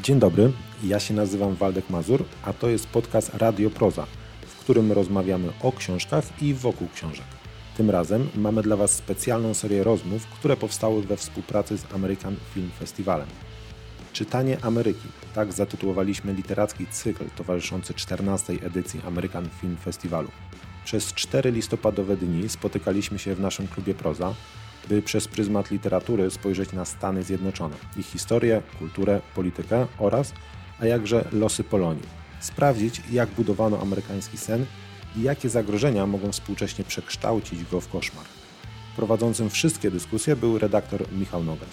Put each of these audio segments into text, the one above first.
Dzień dobry, ja się nazywam Waldek Mazur, a to jest podcast Radio Proza, w którym rozmawiamy o książkach i wokół książek. Tym razem mamy dla Was specjalną serię rozmów, które powstały we współpracy z American Film Festivalem. Czytanie Ameryki, tak zatytułowaliśmy literacki cykl towarzyszący 14. edycji American Film Festivalu. Przez 4 listopadowe dni spotykaliśmy się w naszym klubie Proza, by przez pryzmat literatury spojrzeć na Stany Zjednoczone, ich historię, kulturę, politykę oraz, a jakże losy Polonii. Sprawdzić, jak budowano amerykański sen i jakie zagrożenia mogą współcześnie przekształcić go w koszmar. Prowadzącym wszystkie dyskusje był redaktor Michał Nogaś.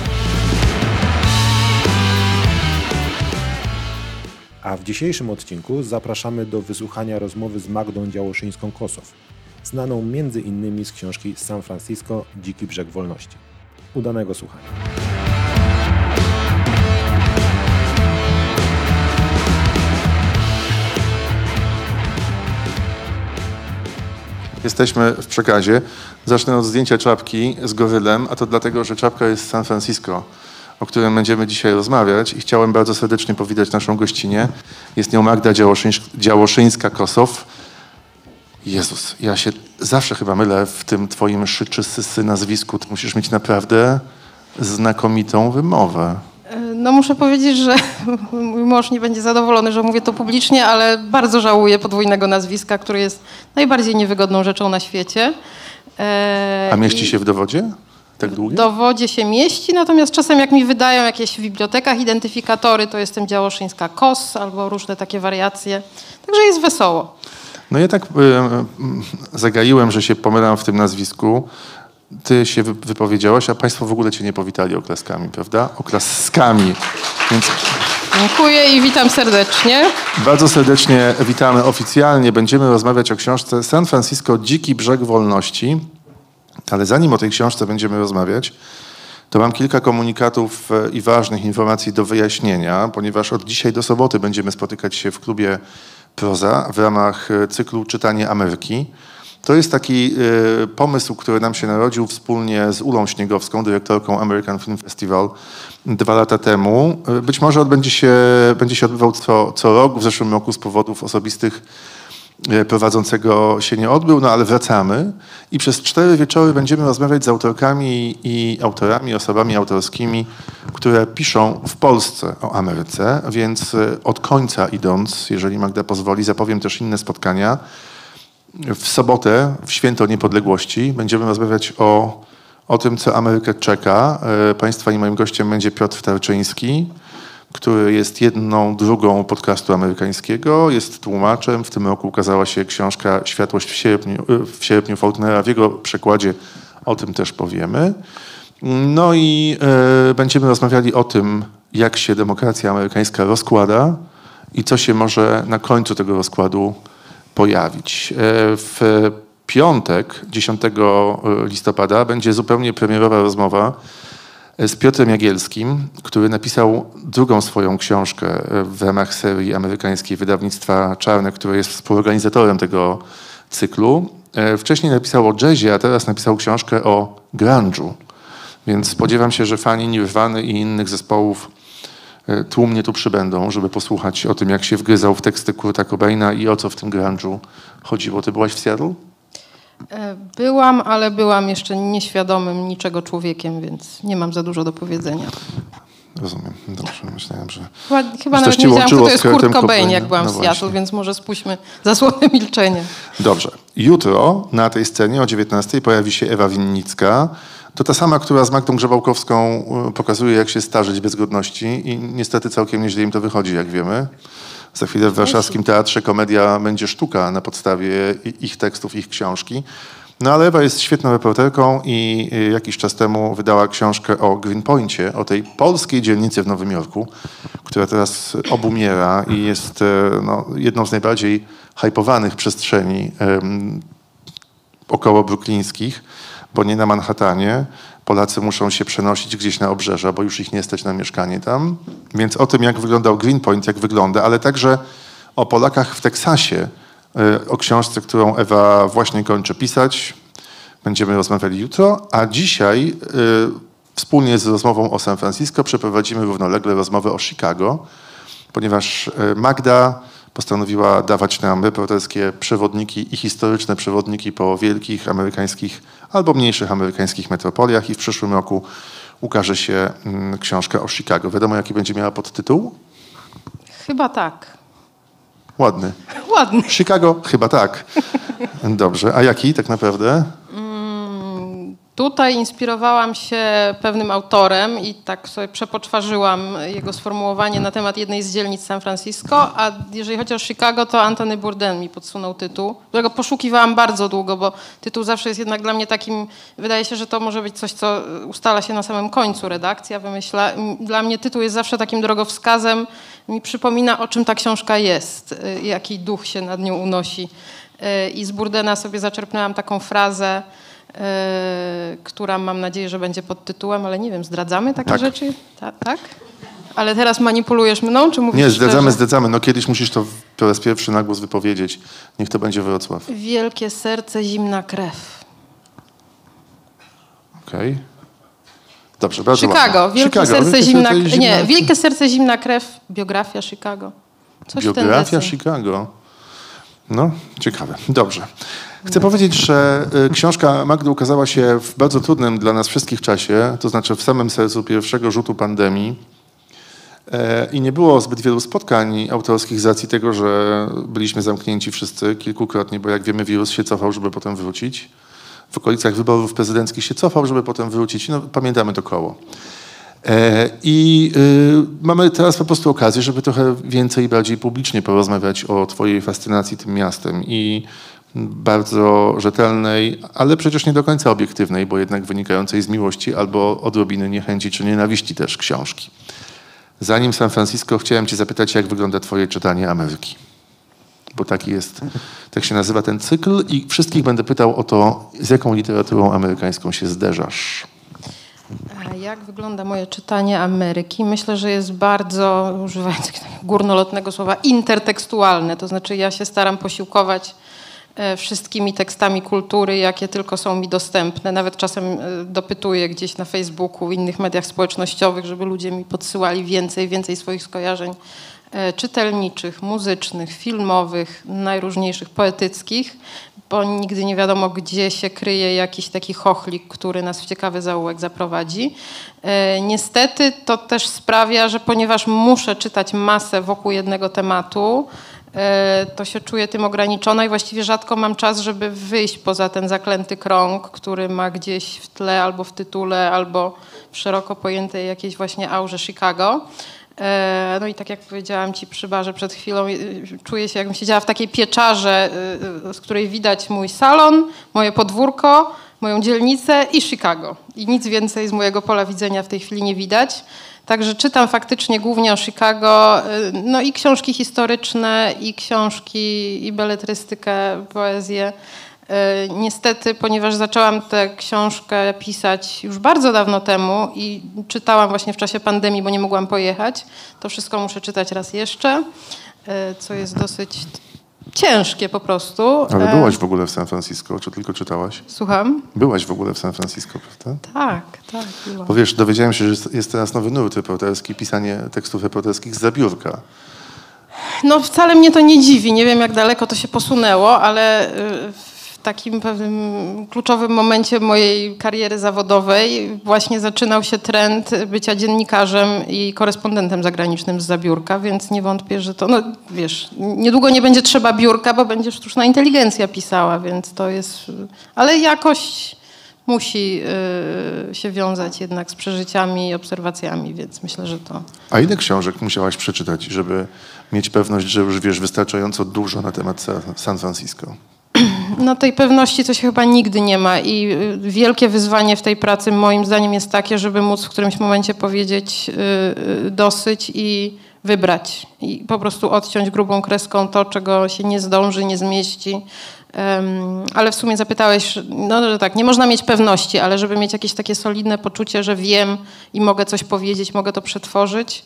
A w dzisiejszym odcinku zapraszamy do wysłuchania rozmowy z Magdą Działoszyńską-Kosow, znaną m.in. z książki San Francisco – Dziki brzeg wolności. Udanego słuchania. Jesteśmy w przekazie. Zacznę od zdjęcia czapki z gorylem, a to dlatego, że czapka jest z San Francisco, o którym będziemy dzisiaj rozmawiać i chciałem bardzo serdecznie powitać naszą gościnię. Jest nią Magda Działoszyńska-Kosow. Jezus, ja się zawsze chyba mylę w tym twoim szyczysysy nazwisku. Ty musisz mieć naprawdę znakomitą wymowę. No muszę powiedzieć, że mój mąż nie będzie zadowolony, że mówię to publicznie, ale bardzo żałuję podwójnego nazwiska, które jest najbardziej niewygodną rzeczą na świecie. A mieści się w dowodzie? Tak długo? W dowodzie się mieści, natomiast czasem jak mi wydają jakieś w bibliotekach identyfikatory, to jestem Działoszyńska-Kos albo różne takie wariacje. Także jest wesoło. No ja tak zagaiłem, że się pomylam w tym nazwisku. Ty się wypowiedziałaś, a państwo w ogóle cię nie powitali oklaskami, prawda? Oklaskami. Więc Dziękuję i witam serdecznie. bardzo serdecznie witamy oficjalnie. Będziemy rozmawiać o książce San Francisco – Dziki brzeg wolności. Ale zanim o tej książce będziemy rozmawiać, to mam kilka komunikatów i ważnych informacji do wyjaśnienia, ponieważ od dzisiaj do soboty będziemy spotykać się w klubie Proza w ramach cyklu Czytanie Ameryki. To jest taki pomysł, który nam się narodził wspólnie z Ulą Śniegowską, dyrektorką American Film Festival 2 lata temu. Być może będzie się odbywał co rok. W zeszłym roku z powodów osobistych prowadzącego się nie odbył, no ale wracamy i przez 4 wieczory będziemy rozmawiać z autorkami i autorami, osobami autorskimi, które piszą w Polsce o Ameryce, więc od końca idąc, jeżeli Magda pozwoli, zapowiem też inne spotkania. W sobotę, w Święto Niepodległości, będziemy rozmawiać o tym, co Amerykę czeka. Państwa i moim gościem będzie Piotr Tarczyński, który jest 1/2 podcastu amerykańskiego, jest tłumaczem. W tym roku ukazała się książka Światłość w sierpniu Faulknera. W jego przekładzie o tym też powiemy. No i będziemy rozmawiali o tym, jak się demokracja amerykańska rozkłada i co się może na końcu tego rozkładu pojawić. W piątek, 10 listopada, będzie zupełnie premierowa rozmowa z Piotrem Jagielskim, który napisał drugą swoją książkę w ramach serii amerykańskiej wydawnictwa Czarne, które jest współorganizatorem tego cyklu. Wcześniej napisał o jazzie, a teraz napisał książkę o grunge'u. Więc spodziewam się, że fani Nirwany i innych zespołów tłumnie tu przybędą, żeby posłuchać o tym, jak się wgryzał w teksty Kurta Cobaina i o co w tym grunge'u chodziło. Ty byłaś w Seattle? Byłam, ale byłam jeszcze nieświadomym niczego człowiekiem, więc nie mam za dużo do powiedzenia. Rozumiem. Dobrze, myślałem, że Chyba nawet nie wiedziałam, kto to jest Kurt Cobain, jak byłam w Seattle, więc może spuśćmy zasłonę milczenia. Dobrze. Jutro na tej scenie o 19:00 pojawi się Ewa Winnicka. To ta sama, która z Magdą Grzebałkowską pokazuje, jak się starzeć bez godności i niestety całkiem nieźle im to wychodzi, jak wiemy. Za chwilę w warszawskim Teatrze Komedia będzie sztuka na podstawie ich tekstów, ich książki. No ale Ewa jest świetną reporterką i jakiś czas temu wydała książkę o Greenpoincie, o tej polskiej dzielnicy w Nowym Jorku, która teraz obumiera i jest jedną z najbardziej hypowanych przestrzeni około bruklińskich, bo nie na Manhattanie. Polacy muszą się przenosić gdzieś na obrzeża, bo już ich nie stać na mieszkanie tam. Więc o tym, jak wyglądał Greenpoint, jak wygląda, ale także o Polakach w Teksasie, o książce, którą Ewa właśnie kończy pisać. Będziemy rozmawiali jutro, a dzisiaj wspólnie z rozmową o San Francisco przeprowadzimy równolegle rozmowę o Chicago, ponieważ Magda postanowiła dawać nam reporterskie przewodniki i historyczne przewodniki po wielkich amerykańskich albo mniejszych amerykańskich metropoliach i w przyszłym roku ukaże się książka o Chicago. Wiadomo, jaki będzie miała podtytuł? Chyba tak. Ładny. Ładny. Chicago? Chyba tak. Dobrze. A jaki tak naprawdę? Tutaj inspirowałam się pewnym autorem i tak sobie przepoczwarzyłam jego sformułowanie na temat jednej z dzielnic San Francisco, a jeżeli chodzi o Chicago, to Anthony Bourdain mi podsunął tytuł, którego poszukiwałam bardzo długo, bo tytuł zawsze jest jednak dla mnie takim, wydaje się, że to może być coś, co ustala się na samym końcu redakcja wymyśla. Dla mnie tytuł jest zawsze takim drogowskazem, mi przypomina, o czym ta książka jest, jaki duch się nad nią unosi. I z Bourdaina sobie zaczerpnęłam taką frazę, która mam nadzieję, że będzie pod tytułem, ale nie wiem, zdradzamy takie rzeczy? Tak? Ale teraz manipulujesz mną, czy mówisz Nie, szczerze? zdradzamy. No kiedyś musisz to po raz pierwszy na głos wypowiedzieć. Niech to będzie Wrocław. Wielkie serce, zimna krew. Okej. Dobrze, bardzo Chicago, ładnie. wielkie serce, zimna krew. Nie, wielkie serce, zimna krew, biografia Chicago. Coś w ten Biografia deseń. Chicago. No, ciekawe. Dobrze. Chcę powiedzieć, że książka Magdy ukazała się w bardzo trudnym dla nas wszystkich czasie, to znaczy w samym sercu pierwszego rzutu pandemii. I nie było zbyt wielu spotkań autorskich z racji tego, że byliśmy zamknięci wszyscy kilkukrotnie, bo jak wiemy, wirus się cofał, żeby potem wrócić. W okolicach wyborów prezydenckich się cofał, żeby potem wrócić. No, pamiętamy to koło. Mamy teraz po prostu okazję, żeby trochę więcej i bardziej publicznie porozmawiać o twojej fascynacji tym miastem i bardzo rzetelnej, ale przecież nie do końca obiektywnej, bo jednak wynikającej z miłości albo odrobiny niechęci czy nienawiści też książki. Zanim San Francisco, chciałem cię zapytać, jak wygląda twoje czytanie Ameryki. Bo taki jest, tak się nazywa ten cykl i wszystkich będę pytał o to, z jaką literaturą amerykańską się zderzasz. A jak wygląda moje czytanie Ameryki? Myślę, że jest bardzo, używając takiego górnolotnego słowa, intertekstualne. To znaczy ja się staram posiłkować wszystkimi tekstami kultury, jakie tylko są mi dostępne. Nawet czasem dopytuję gdzieś na Facebooku, w innych mediach społecznościowych, żeby ludzie mi podsyłali więcej swoich skojarzeń czytelniczych, muzycznych, filmowych, najróżniejszych, poetyckich, bo nigdy nie wiadomo, gdzie się kryje jakiś taki chochlik, który nas w ciekawy zaułek zaprowadzi. Niestety to też sprawia, że ponieważ muszę czytać masę wokół jednego tematu, to się czuję tym ograniczona i właściwie rzadko mam czas, żeby wyjść poza ten zaklęty krąg, który ma gdzieś w tle albo w tytule, albo w szeroko pojętej jakiejś właśnie aurze Chicago. No i tak jak powiedziałam ci przy barze przed chwilą, czuję się, jakbym siedziała w takiej pieczarze, z której widać mój salon, moje podwórko, moją dzielnicę i Chicago. I nic więcej z mojego pola widzenia w tej chwili nie widać. Także czytam faktycznie głównie o Chicago, no i książki historyczne, i książki, i beletrystykę, poezję. Niestety, ponieważ zaczęłam tę książkę pisać już bardzo dawno temu i czytałam właśnie w czasie pandemii, bo nie mogłam pojechać, to wszystko muszę czytać raz jeszcze, co jest dosyć ciężkie po prostu. Ale byłaś w ogóle w San Francisco, czy tylko czytałaś? Słucham? Byłaś w ogóle w San Francisco, prawda? Tak, byłam. Bo wiesz, dowiedziałem się, że jest teraz nowy nurt reporterski, pisanie tekstów reporterskich zza biurka. No wcale mnie to nie dziwi, nie wiem jak daleko to się posunęło, ale w takim pewnym kluczowym momencie mojej kariery zawodowej właśnie zaczynał się trend bycia dziennikarzem i korespondentem zagranicznym zza biurka, więc nie wątpię, że to, no wiesz, niedługo nie będzie trzeba biurka, bo będzie sztuczna inteligencja pisała, więc to jest, ale jakoś musi się wiązać jednak z przeżyciami i obserwacjami, więc myślę, że to... A ile książek musiałaś przeczytać, żeby mieć pewność, że już wiesz wystarczająco dużo na temat San Francisco? No tej pewności to się chyba nigdy nie ma i wielkie wyzwanie w tej pracy moim zdaniem jest takie, żeby móc w którymś momencie powiedzieć dosyć i wybrać i po prostu odciąć grubą kreską to, czego się nie zdąży, nie zmieści. Ale w sumie zapytałeś, no że tak, nie można mieć pewności, ale żeby mieć jakieś takie solidne poczucie, że wiem i mogę coś powiedzieć, mogę to przetworzyć.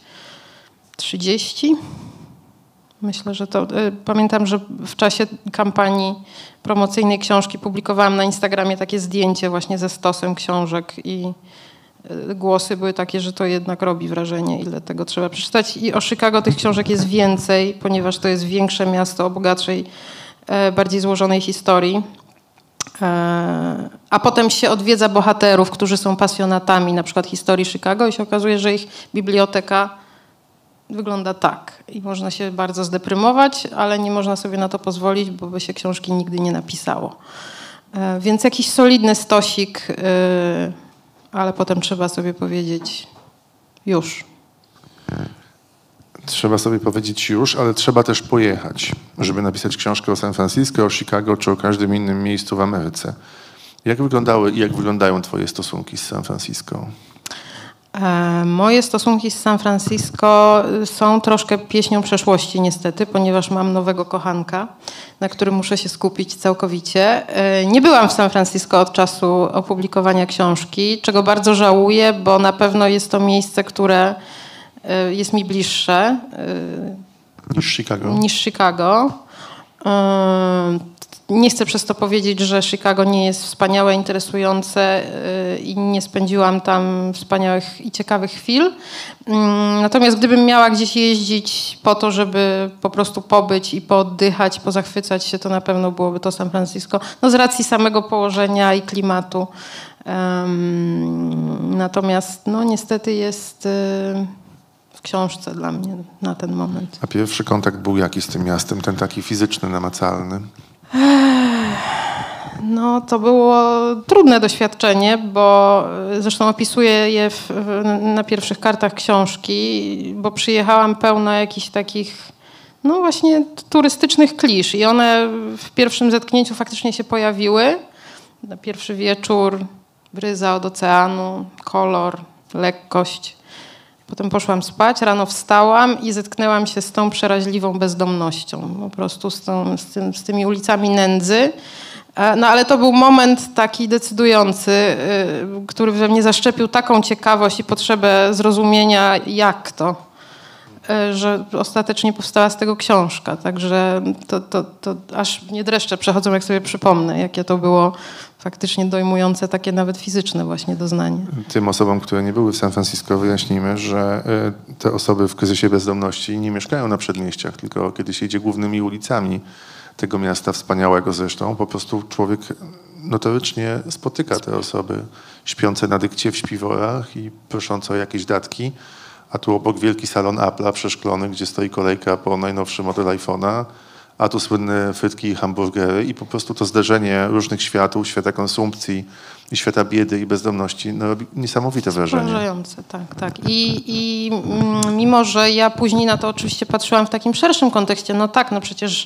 30? Myślę, że to... Pamiętam, że w czasie kampanii promocyjnej książki publikowałam na Instagramie takie zdjęcie właśnie ze stosem książek i głosy były takie, że to jednak robi wrażenie, ile tego trzeba przeczytać. I o Chicago tych książek jest więcej, ponieważ to jest większe miasto o bogatszej, bardziej złożonej historii. A potem się odwiedza bohaterów, którzy są pasjonatami na przykład historii Chicago i się okazuje, że ich biblioteka wygląda tak. I można się bardzo zdeprymować, ale nie można sobie na to pozwolić, bo by się książki nigdy nie napisało. Więc jakiś solidny stosik, ale potem trzeba sobie powiedzieć już. Trzeba sobie powiedzieć już, ale trzeba też pojechać, żeby napisać książkę o San Francisco, o Chicago czy o każdym innym miejscu w Ameryce. Jak wyglądały i jak wyglądają twoje stosunki z San Francisco? Moje stosunki z San Francisco są troszkę pieśnią przeszłości niestety, ponieważ mam nowego kochanka, na którym muszę się skupić całkowicie. Nie byłam w San Francisco od czasu opublikowania książki, czego bardzo żałuję, bo na pewno jest to miejsce, które jest mi bliższe niż Chicago. Nie chcę przez to powiedzieć, że Chicago nie jest wspaniałe, interesujące i nie spędziłam tam wspaniałych i ciekawych chwil. Natomiast gdybym miała gdzieś jeździć po to, żeby po prostu pobyć i pooddychać, pozachwycać się, to na pewno byłoby to San Francisco. No z racji samego położenia i klimatu. Natomiast no niestety jest w książce dla mnie na ten moment. A pierwszy kontakt był jaki z tym miastem? Ten taki fizyczny, namacalny? No to było trudne doświadczenie, bo zresztą opisuję je na pierwszych kartach książki, bo przyjechałam pełna jakichś takich no właśnie turystycznych klisz i one w pierwszym zetknięciu faktycznie się pojawiły. Na pierwszy wieczór bryza od oceanu, kolor, lekkość. Potem poszłam spać, rano wstałam i zetknęłam się z tą przeraźliwą bezdomnością. Po prostu z tymi ulicami nędzy. No ale to był moment taki decydujący, który we mnie zaszczepił taką ciekawość i potrzebę zrozumienia, jak to, że ostatecznie powstała z tego książka. Także to aż mnie dreszcze przechodzą, jak sobie przypomnę, jakie to było faktycznie dojmujące, takie nawet fizyczne właśnie doznanie. Tym osobom, które nie były w San Francisco, wyjaśnijmy, że te osoby w kryzysie bezdomności nie mieszkają na przedmieściach, tylko kiedy się idzie głównymi ulicami tego miasta, wspaniałego zresztą, po prostu człowiek notorycznie spotyka te osoby śpiące na dykcie w śpiworach i proszące o jakieś datki, a tu obok wielki salon Apple'a przeszklony, gdzie stoi kolejka po najnowszy model iPhone'a, a tu słynne frytki i hamburgery i po prostu to zderzenie różnych światów, świata konsumpcji i świata biedy i bezdomności no, robi niesamowite wrażenie. Przerażające, tak. I mimo, że ja później na to oczywiście patrzyłam w takim szerszym kontekście, no tak, no przecież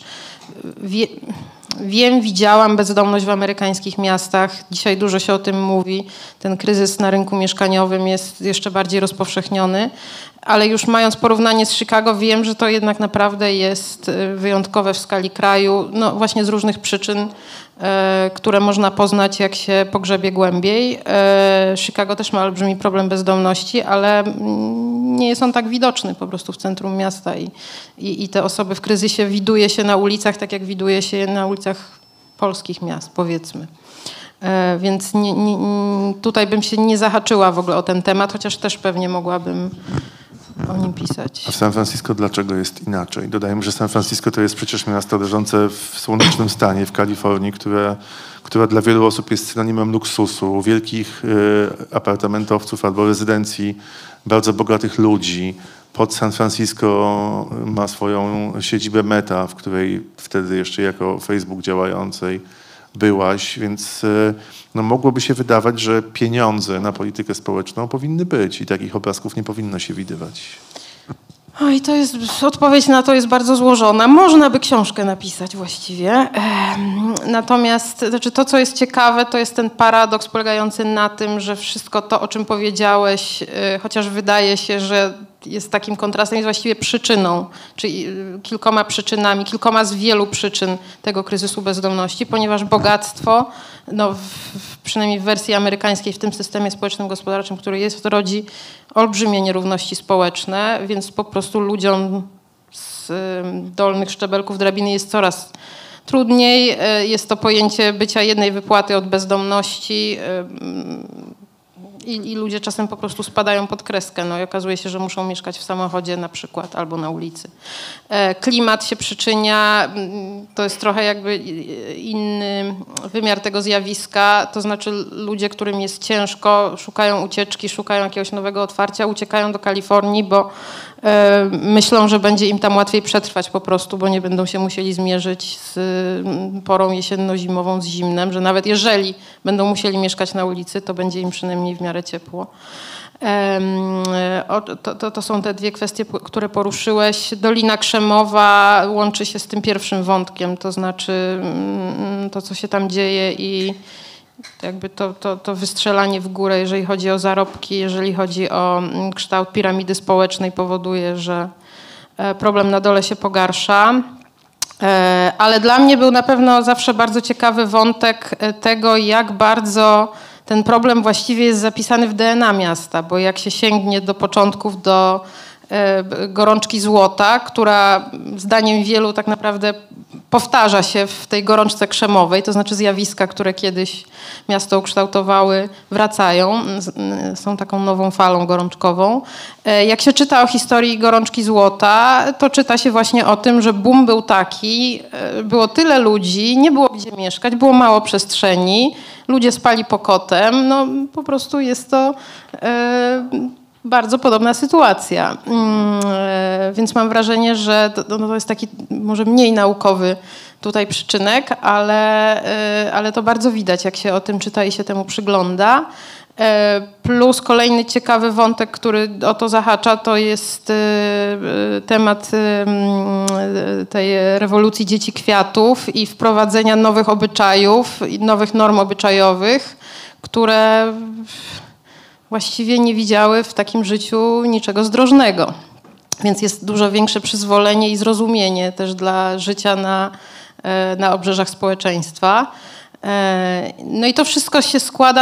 widziałam bezdomność w amerykańskich miastach. Dzisiaj dużo się o tym mówi. Ten kryzys na rynku mieszkaniowym jest jeszcze bardziej rozpowszechniony. Ale już mając porównanie z Chicago, wiem, że to jednak naprawdę jest wyjątkowe w skali kraju. No właśnie z różnych przyczyn, które można poznać, jak się pogrzebie głębiej. Chicago też ma olbrzymi problem bezdomności, ale nie jest on tak widoczny po prostu w centrum miasta i te osoby w kryzysie widuje się na ulicach, tak jak widuje się je na ulicach polskich miast, powiedzmy. Więc tutaj bym się nie zahaczyła w ogóle o ten temat, chociaż też pewnie mogłabym o nim pisać. A w San Francisco dlaczego jest inaczej? Dodajmy, że San Francisco to jest przecież miasto leżące w słonecznym stanie w Kalifornii, która dla wielu osób jest synonimem luksusu, wielkich apartamentowców albo rezydencji bardzo bogatych ludzi. Pod San Francisco ma swoją siedzibę Meta, w której wtedy jeszcze jako Facebook działającej byłaś, więc no, mogłoby się wydawać, że pieniądze na politykę społeczną powinny być i takich obrazków nie powinno się widywać. Oj, odpowiedź na to jest bardzo złożona. Można by książkę napisać właściwie. Natomiast to, co jest ciekawe, to jest ten paradoks polegający na tym, że wszystko to, o czym powiedziałeś, chociaż wydaje się, że jest takim kontrastem, jest właściwie przyczyną, czyli kilkoma przyczynami, kilkoma z wielu przyczyn tego kryzysu bezdomności, ponieważ bogactwo, no, przynajmniej w wersji amerykańskiej, w tym systemie społecznym gospodarczym, który jest, rodzi olbrzymie nierówności społeczne, więc po prostu ludziom z dolnych szczebelków drabiny jest coraz trudniej. Jest to pojęcie bycia jednej wypłaty od bezdomności I ludzie czasem po prostu spadają pod kreskę. No i okazuje się, że muszą mieszkać w samochodzie na przykład albo na ulicy. Klimat się przyczynia, to jest trochę jakby inny wymiar tego zjawiska, to znaczy ludzie, którym jest ciężko, szukają ucieczki, szukają jakiegoś nowego otwarcia, uciekają do Kalifornii, bo myślą, że będzie im tam łatwiej przetrwać po prostu, bo nie będą się musieli zmierzyć z porą jesienno-zimową, z zimnem, że nawet jeżeli będą musieli mieszkać na ulicy, to będzie im przynajmniej w miarę ciepło. To są te dwie kwestie, które poruszyłeś. Dolina Krzemowa łączy się z tym pierwszym wątkiem, to znaczy to, co się tam dzieje i jakby to wystrzelanie w górę, jeżeli chodzi o zarobki, jeżeli chodzi o kształt piramidy społecznej, powoduje, że problem na dole się pogarsza. Ale dla mnie był na pewno zawsze bardzo ciekawy wątek tego, jak bardzo ten problem właściwie jest zapisany w DNA miasta, bo jak się sięgnie do początków, do gorączki złota, która zdaniem wielu tak naprawdę powtarza się w tej gorączce krzemowej, to znaczy zjawiska, które kiedyś miasto ukształtowały, wracają, są taką nową falą gorączkową. Jak się czyta o historii gorączki złota, to czyta się właśnie o tym, że boom był taki, było tyle ludzi, nie było gdzie mieszkać, było mało przestrzeni, ludzie spali pokotem, no po prostu jest to bardzo podobna sytuacja. Więc mam wrażenie, że to jest taki może mniej naukowy tutaj przyczynek, ale to bardzo widać, jak się o tym czyta i się temu przygląda. Plus kolejny ciekawy wątek, który o to zahacza, to jest temat tej rewolucji dzieci kwiatów i wprowadzenia nowych obyczajów i nowych norm obyczajowych, które właściwie nie widziały w takim życiu niczego zdrożnego. Więc jest dużo większe przyzwolenie i zrozumienie też dla życia na obrzeżach społeczeństwa. No i to wszystko się składa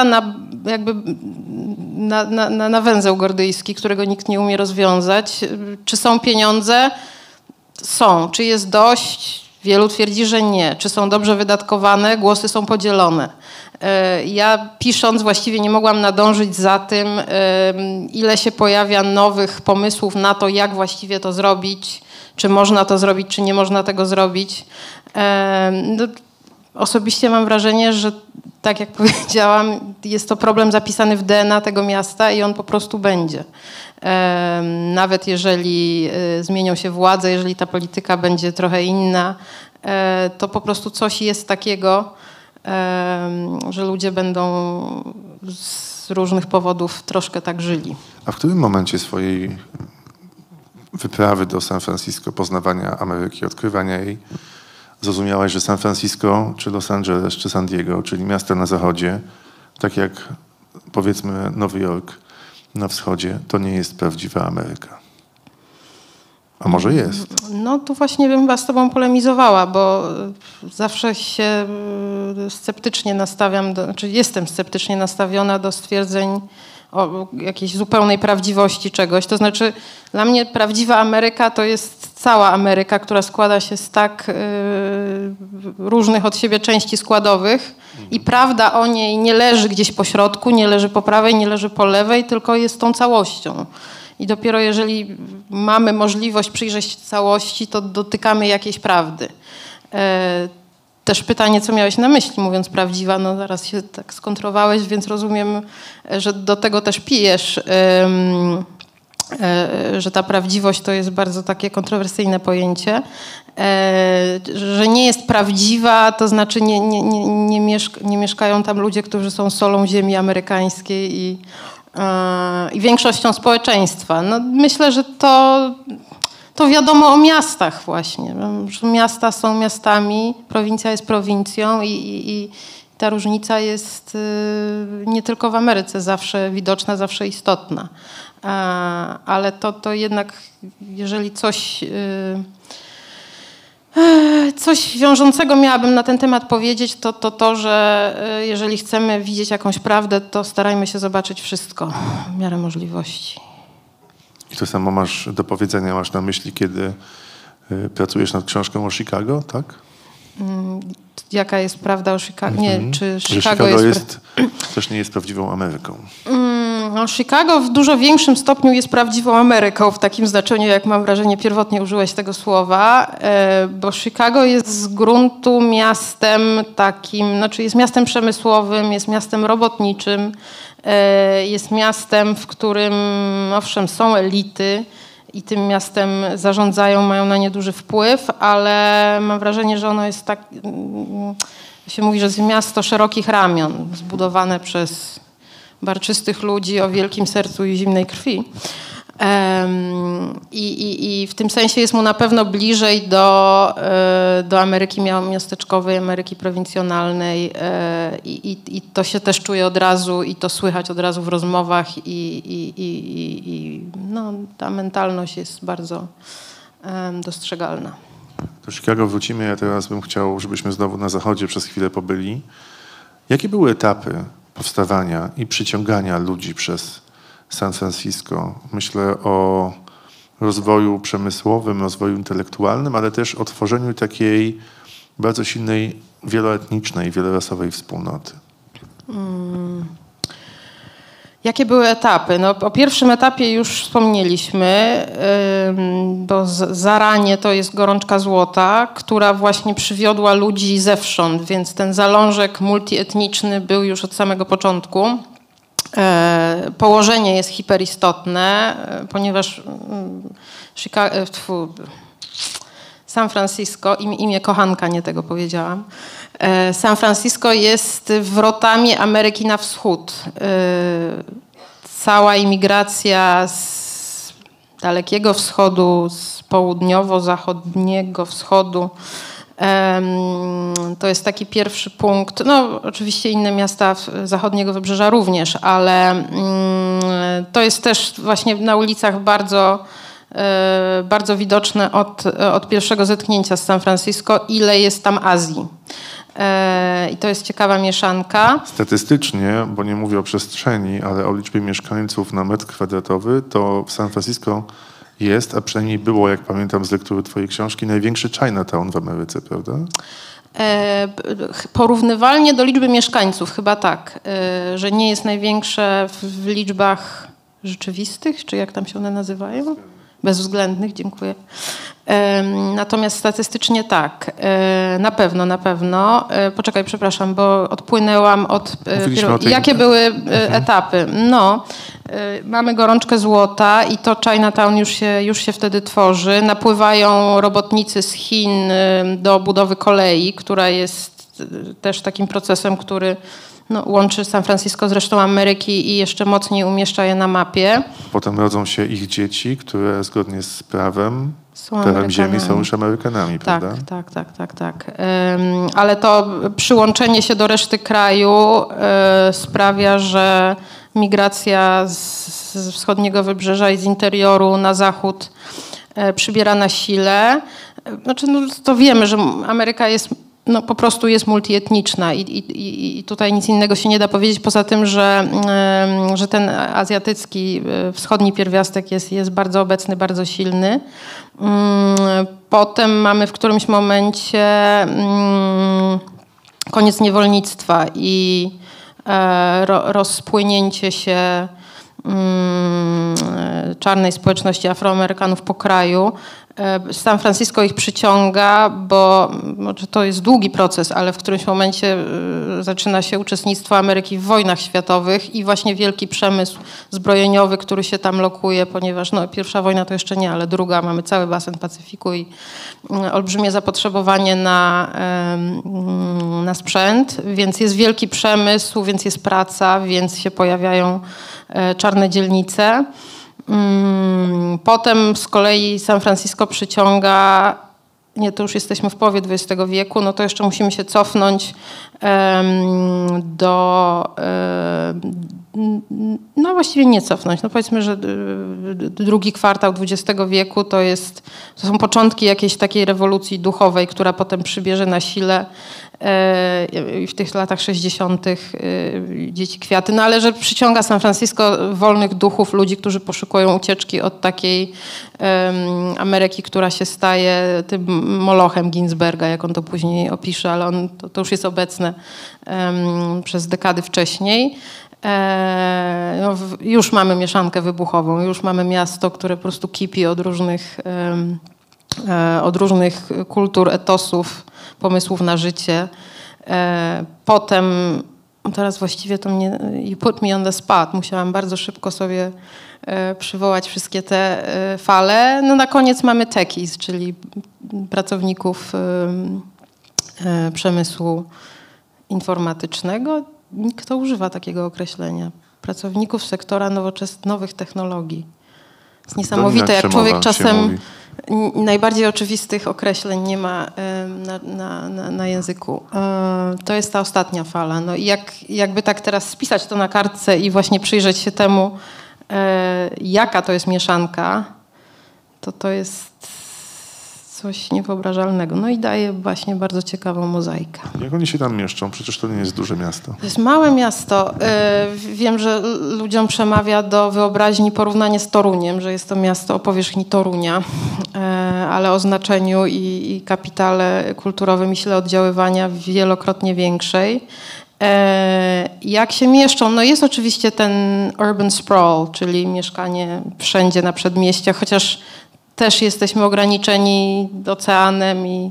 na węzeł gordyjski, którego nikt nie umie rozwiązać. Czy są pieniądze? Są. Czy jest dość? Wielu twierdzi, że nie. Czy są dobrze wydatkowane? Głosy są podzielone. Ja pisząc właściwie nie mogłam nadążyć za tym, ile się pojawia nowych pomysłów na to, jak właściwie to zrobić, czy można to zrobić, czy nie można tego zrobić. No, osobiście mam wrażenie, że tak jak powiedziałam, jest to problem zapisany w DNA tego miasta i on po prostu będzie. Nawet jeżeli zmienią się władze, jeżeli ta polityka będzie trochę inna, to po prostu coś jest takiego, że ludzie będą z różnych powodów troszkę tak żyli. A w którym momencie swojej wyprawy do San Francisco, poznawania Ameryki, odkrywania jej, zrozumiałaś, że San Francisco, czy Los Angeles, czy San Diego, czyli miasta na zachodzie, tak jak powiedzmy Nowy Jork na wschodzie, to nie jest prawdziwa Ameryka? A może jest? No tu właśnie bym chyba z tobą polemizowała, bo zawsze się sceptycznie nastawiam, czy jestem sceptycznie nastawiona do stwierdzeń o jakiejś zupełnej prawdziwości czegoś. To znaczy dla mnie prawdziwa Ameryka to jest cała Ameryka, która składa się z tak różnych od siebie części składowych i prawda o niej nie leży gdzieś po środku, nie leży po prawej, nie leży po lewej, tylko jest tą całością. I dopiero jeżeli mamy możliwość przyjrzeć się całości, to dotykamy jakiejś prawdy. Też pytanie, co miałeś na myśli, mówiąc prawdziwa, no zaraz się tak skontrowałeś, więc rozumiem, że do tego też pijesz, że ta prawdziwość to jest bardzo takie kontrowersyjne pojęcie, że nie jest prawdziwa, to znaczy nie mieszkają tam ludzie, którzy są solą ziemi amerykańskiej i większością społeczeństwa. No, myślę, że to wiadomo o miastach właśnie. Że miasta są miastami, prowincja jest prowincją i ta różnica jest nie tylko w Ameryce zawsze widoczna, zawsze istotna. Ale to jednak, jeżeli coś wiążącego miałabym na ten temat powiedzieć, to, że jeżeli chcemy widzieć jakąś prawdę, to starajmy się zobaczyć wszystko w miarę możliwości. I to samo masz do powiedzenia, masz na myśli, kiedy pracujesz nad książką o Chicago, tak? Jaka jest prawda o Chicago? Nie, czy Chicago Chicago jest też nie jest prawdziwą Ameryką. No, Chicago w dużo większym stopniu jest prawdziwą Ameryką, w takim znaczeniu, jak mam wrażenie, pierwotnie użyłeś tego słowa, bo Chicago jest z gruntu miastem takim, znaczy jest miastem przemysłowym, jest miastem robotniczym, jest miastem, w którym owszem są elity i tym miastem zarządzają, mają na nie duży wpływ, ale mam wrażenie, że ono jest tak, się mówi, że jest miasto szerokich ramion, zbudowane przez barczystych ludzi o wielkim sercu i zimnej krwi. I w tym sensie jest mu na pewno bliżej do Ameryki miasteczkowej, Ameryki prowincjonalnej i to się też czuje od razu i to słychać od razu w rozmowach i no, ta mentalność jest bardzo dostrzegalna. Do Chicago wrócimy. Ja teraz bym chciał, żebyśmy znowu na zachodzie przez chwilę pobyli. Jakie były etapy powstawania i przyciągania ludzi przez San Francisco? Myślę o rozwoju przemysłowym, rozwoju intelektualnym, ale też o tworzeniu takiej bardzo silnej, wieloetnicznej, wielorasowej wspólnoty. Jakie były etapy? No, o pierwszym etapie już wspomnieliśmy, bo zaranie to jest gorączka złota, która właśnie przywiodła ludzi zewsząd, więc ten zalążek multietniczny był już od samego początku. Położenie jest hiperistotne, ponieważ San Francisco, imię kochanka, nie tego powiedziałam, San Francisco jest wrotami Ameryki na wschód. Cała imigracja z Dalekiego Wschodu, z południowo-zachodniego wschodu, to jest taki pierwszy punkt. No, oczywiście inne miasta zachodniego wybrzeża również, ale to jest też właśnie na ulicach bardzo widoczne od pierwszego zetknięcia z San Francisco, ile jest tam Azji. I to jest ciekawa mieszanka. Statystycznie, bo nie mówię o przestrzeni, ale o liczbie mieszkańców na metr kwadratowy, to w San Francisco jest, a przynajmniej było, jak pamiętam z lektury twojej książki, największy Chinatown w Ameryce, prawda? Porównywalnie do liczby mieszkańców, chyba tak, że nie jest największe w liczbach rzeczywistych, czy jak tam się one nazywają? Bezwzględnych, dziękuję. Natomiast statystycznie tak, na pewno. Poczekaj, przepraszam, bo odpłynęłam od... Jakie były etapy? No, mamy gorączkę złota i to Chinatown już się wtedy tworzy. Napływają robotnicy z Chin do budowy kolei, która jest też takim procesem, który łączy San Francisco z resztą Ameryki i jeszcze mocniej umieszcza je na mapie. Potem rodzą się ich dzieci, które zgodnie z prawem ziemi są już Amerykanami, prawda? Tak. Ale to przyłączenie się do reszty kraju sprawia, że migracja z wschodniego wybrzeża i z interioru na zachód przybiera na sile. Znaczy, to wiemy, że Ameryka jest po prostu jest multietniczna i tutaj nic innego się nie da powiedzieć, poza tym, że ten azjatycki, wschodni pierwiastek jest bardzo obecny, bardzo silny. Potem mamy w którymś momencie koniec niewolnictwa i rozpłynięcie się czarnej społeczności Afroamerykanów po kraju. San Francisco ich przyciąga, bo to jest długi proces, ale w którymś momencie zaczyna się uczestnictwo Ameryki w wojnach światowych i właśnie wielki przemysł zbrojeniowy, który się tam lokuje, ponieważ pierwsza wojna to jeszcze nie, ale druga, mamy cały basen Pacyfiku i olbrzymie zapotrzebowanie na sprzęt, więc jest wielki przemysł, więc jest praca, więc się pojawiają czarne dzielnice. Potem z kolei San Francisco przyciąga, to już jesteśmy w połowie XX wieku, to jeszcze musimy się cofnąć właściwie nie cofnąć. Powiedzmy, że drugi kwartał XX wieku to są początki jakiejś takiej rewolucji duchowej, która potem przybierze na sile w tych latach 60. Dzieci kwiaty, ale że przyciąga San Francisco wolnych duchów, ludzi, którzy poszukują ucieczki od takiej Ameryki, która się staje tym molochem Ginsberga, jak on to później opisze, ale to już jest obecne przez dekady wcześniej. Już mamy mieszankę wybuchową, już mamy miasto, które po prostu kipi od różnych kultur, etosów, pomysłów na życie. Potem, teraz właściwie to mnie, you put me on the spot, musiałam bardzo szybko sobie przywołać wszystkie te fale. No na koniec mamy techies, czyli pracowników przemysłu informatycznego. Kto używa takiego określenia? Pracowników sektora nowych technologii. Jest niesamowite, jak człowiek czasem najbardziej oczywistych określeń nie ma na języku. To jest ta ostatnia fala. No i jakby tak teraz spisać to na kartce i właśnie przyjrzeć się temu, jaka to jest mieszanka, to jest coś niewyobrażalnego. No i daje właśnie bardzo ciekawą mozaikę. Jak oni się tam mieszczą? Przecież to nie jest duże miasto. To jest małe miasto. Wiem, że ludziom przemawia do wyobraźni porównanie z Toruniem, że jest to miasto o powierzchni Torunia, ale o znaczeniu i kapitale kulturowym i sile oddziaływania wielokrotnie większej. Jak się mieszczą? No jest oczywiście ten urban sprawl, czyli mieszkanie wszędzie na przedmieściach, chociaż też jesteśmy ograniczeni oceanem i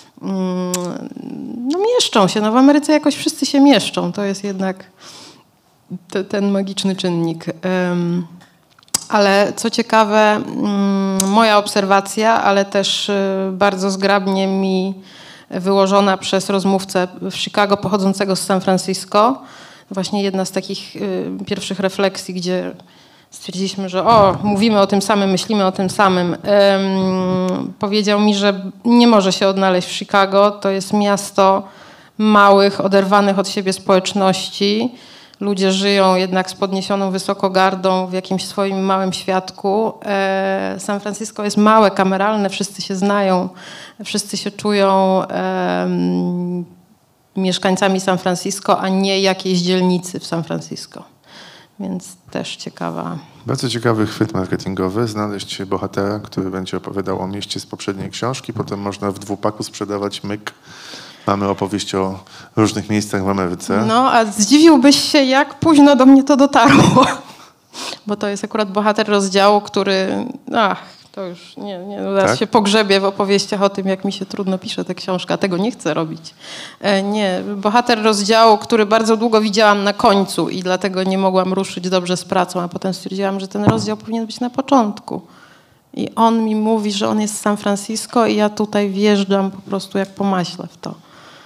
no mieszczą się. No w Ameryce jakoś wszyscy się mieszczą. To jest jednak ten magiczny czynnik. Ale co ciekawe, moja obserwacja, ale też bardzo zgrabnie mi wyłożona przez rozmówcę w Chicago pochodzącego z San Francisco. Właśnie jedna z takich pierwszych refleksji, gdzie stwierdziliśmy, że mówimy o tym samym, myślimy o tym samym. Powiedział mi, że nie może się odnaleźć w Chicago. To jest miasto małych, oderwanych od siebie społeczności. Ludzie żyją jednak z podniesioną wysoko gardą w jakimś swoim małym światku. San Francisco jest małe, kameralne, wszyscy się znają, wszyscy się czują mieszkańcami San Francisco, a nie jakiejś dzielnicy w San Francisco. Więc też ciekawa. Bardzo ciekawy chwyt marketingowy. Znaleźć bohatera, który będzie opowiadał o mieście z poprzedniej książki. Potem można w dwupaku sprzedawać myk. Mamy opowieść o różnych miejscach w Ameryce. No, a zdziwiłbyś się, jak późno do mnie to dotarło. Bo to jest akurat bohater rozdziału, który... to już zaraz tak? się pogrzebię w opowieściach o tym, jak mi się trudno pisze tę książkę, a tego nie chcę robić. Nie, bohater rozdziału, który bardzo długo widziałam na końcu i dlatego nie mogłam ruszyć dobrze z pracą, a potem stwierdziłam, że ten rozdział powinien być na początku. I on mi mówi, że on jest z San Francisco i ja tutaj wjeżdżam po prostu jak po maśle w to.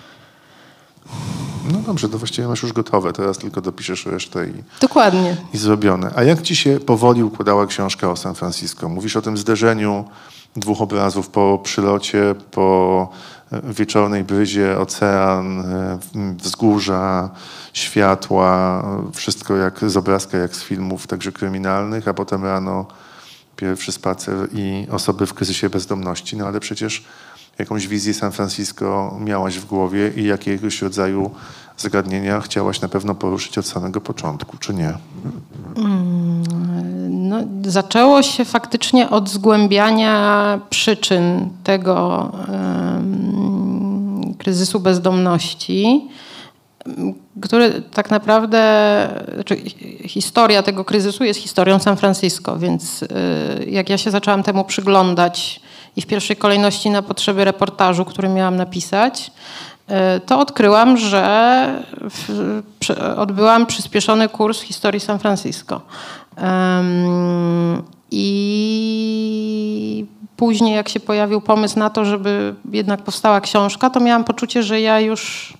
No dobrze, to właściwie masz już gotowe. Teraz tylko dopiszesz resztę Dokładnie. I zrobione. A jak ci się powoli układała książka o San Francisco? Mówisz o tym zderzeniu dwóch obrazów po przylocie, po wieczornej bryzie, ocean, wzgórza, światła, wszystko jak z obrazka, jak z filmów, także kryminalnych, a potem rano pierwszy spacer i osoby w kryzysie bezdomności. No ale przecież jakąś wizję San Francisco miałaś w głowie i jakiegoś rodzaju zagadnienia chciałaś na pewno poruszyć od samego początku, czy nie? No, zaczęło się faktycznie od zgłębiania przyczyn tego kryzysu bezdomności, który tak naprawdę, historia tego kryzysu jest historią San Francisco, więc jak ja się zaczęłam temu przyglądać i w pierwszej kolejności na potrzeby reportażu, który miałam napisać, to odkryłam, że odbyłam przyspieszony kurs historii San Francisco. I później, jak się pojawił pomysł na to, żeby jednak powstała książka, to miałam poczucie, że ja już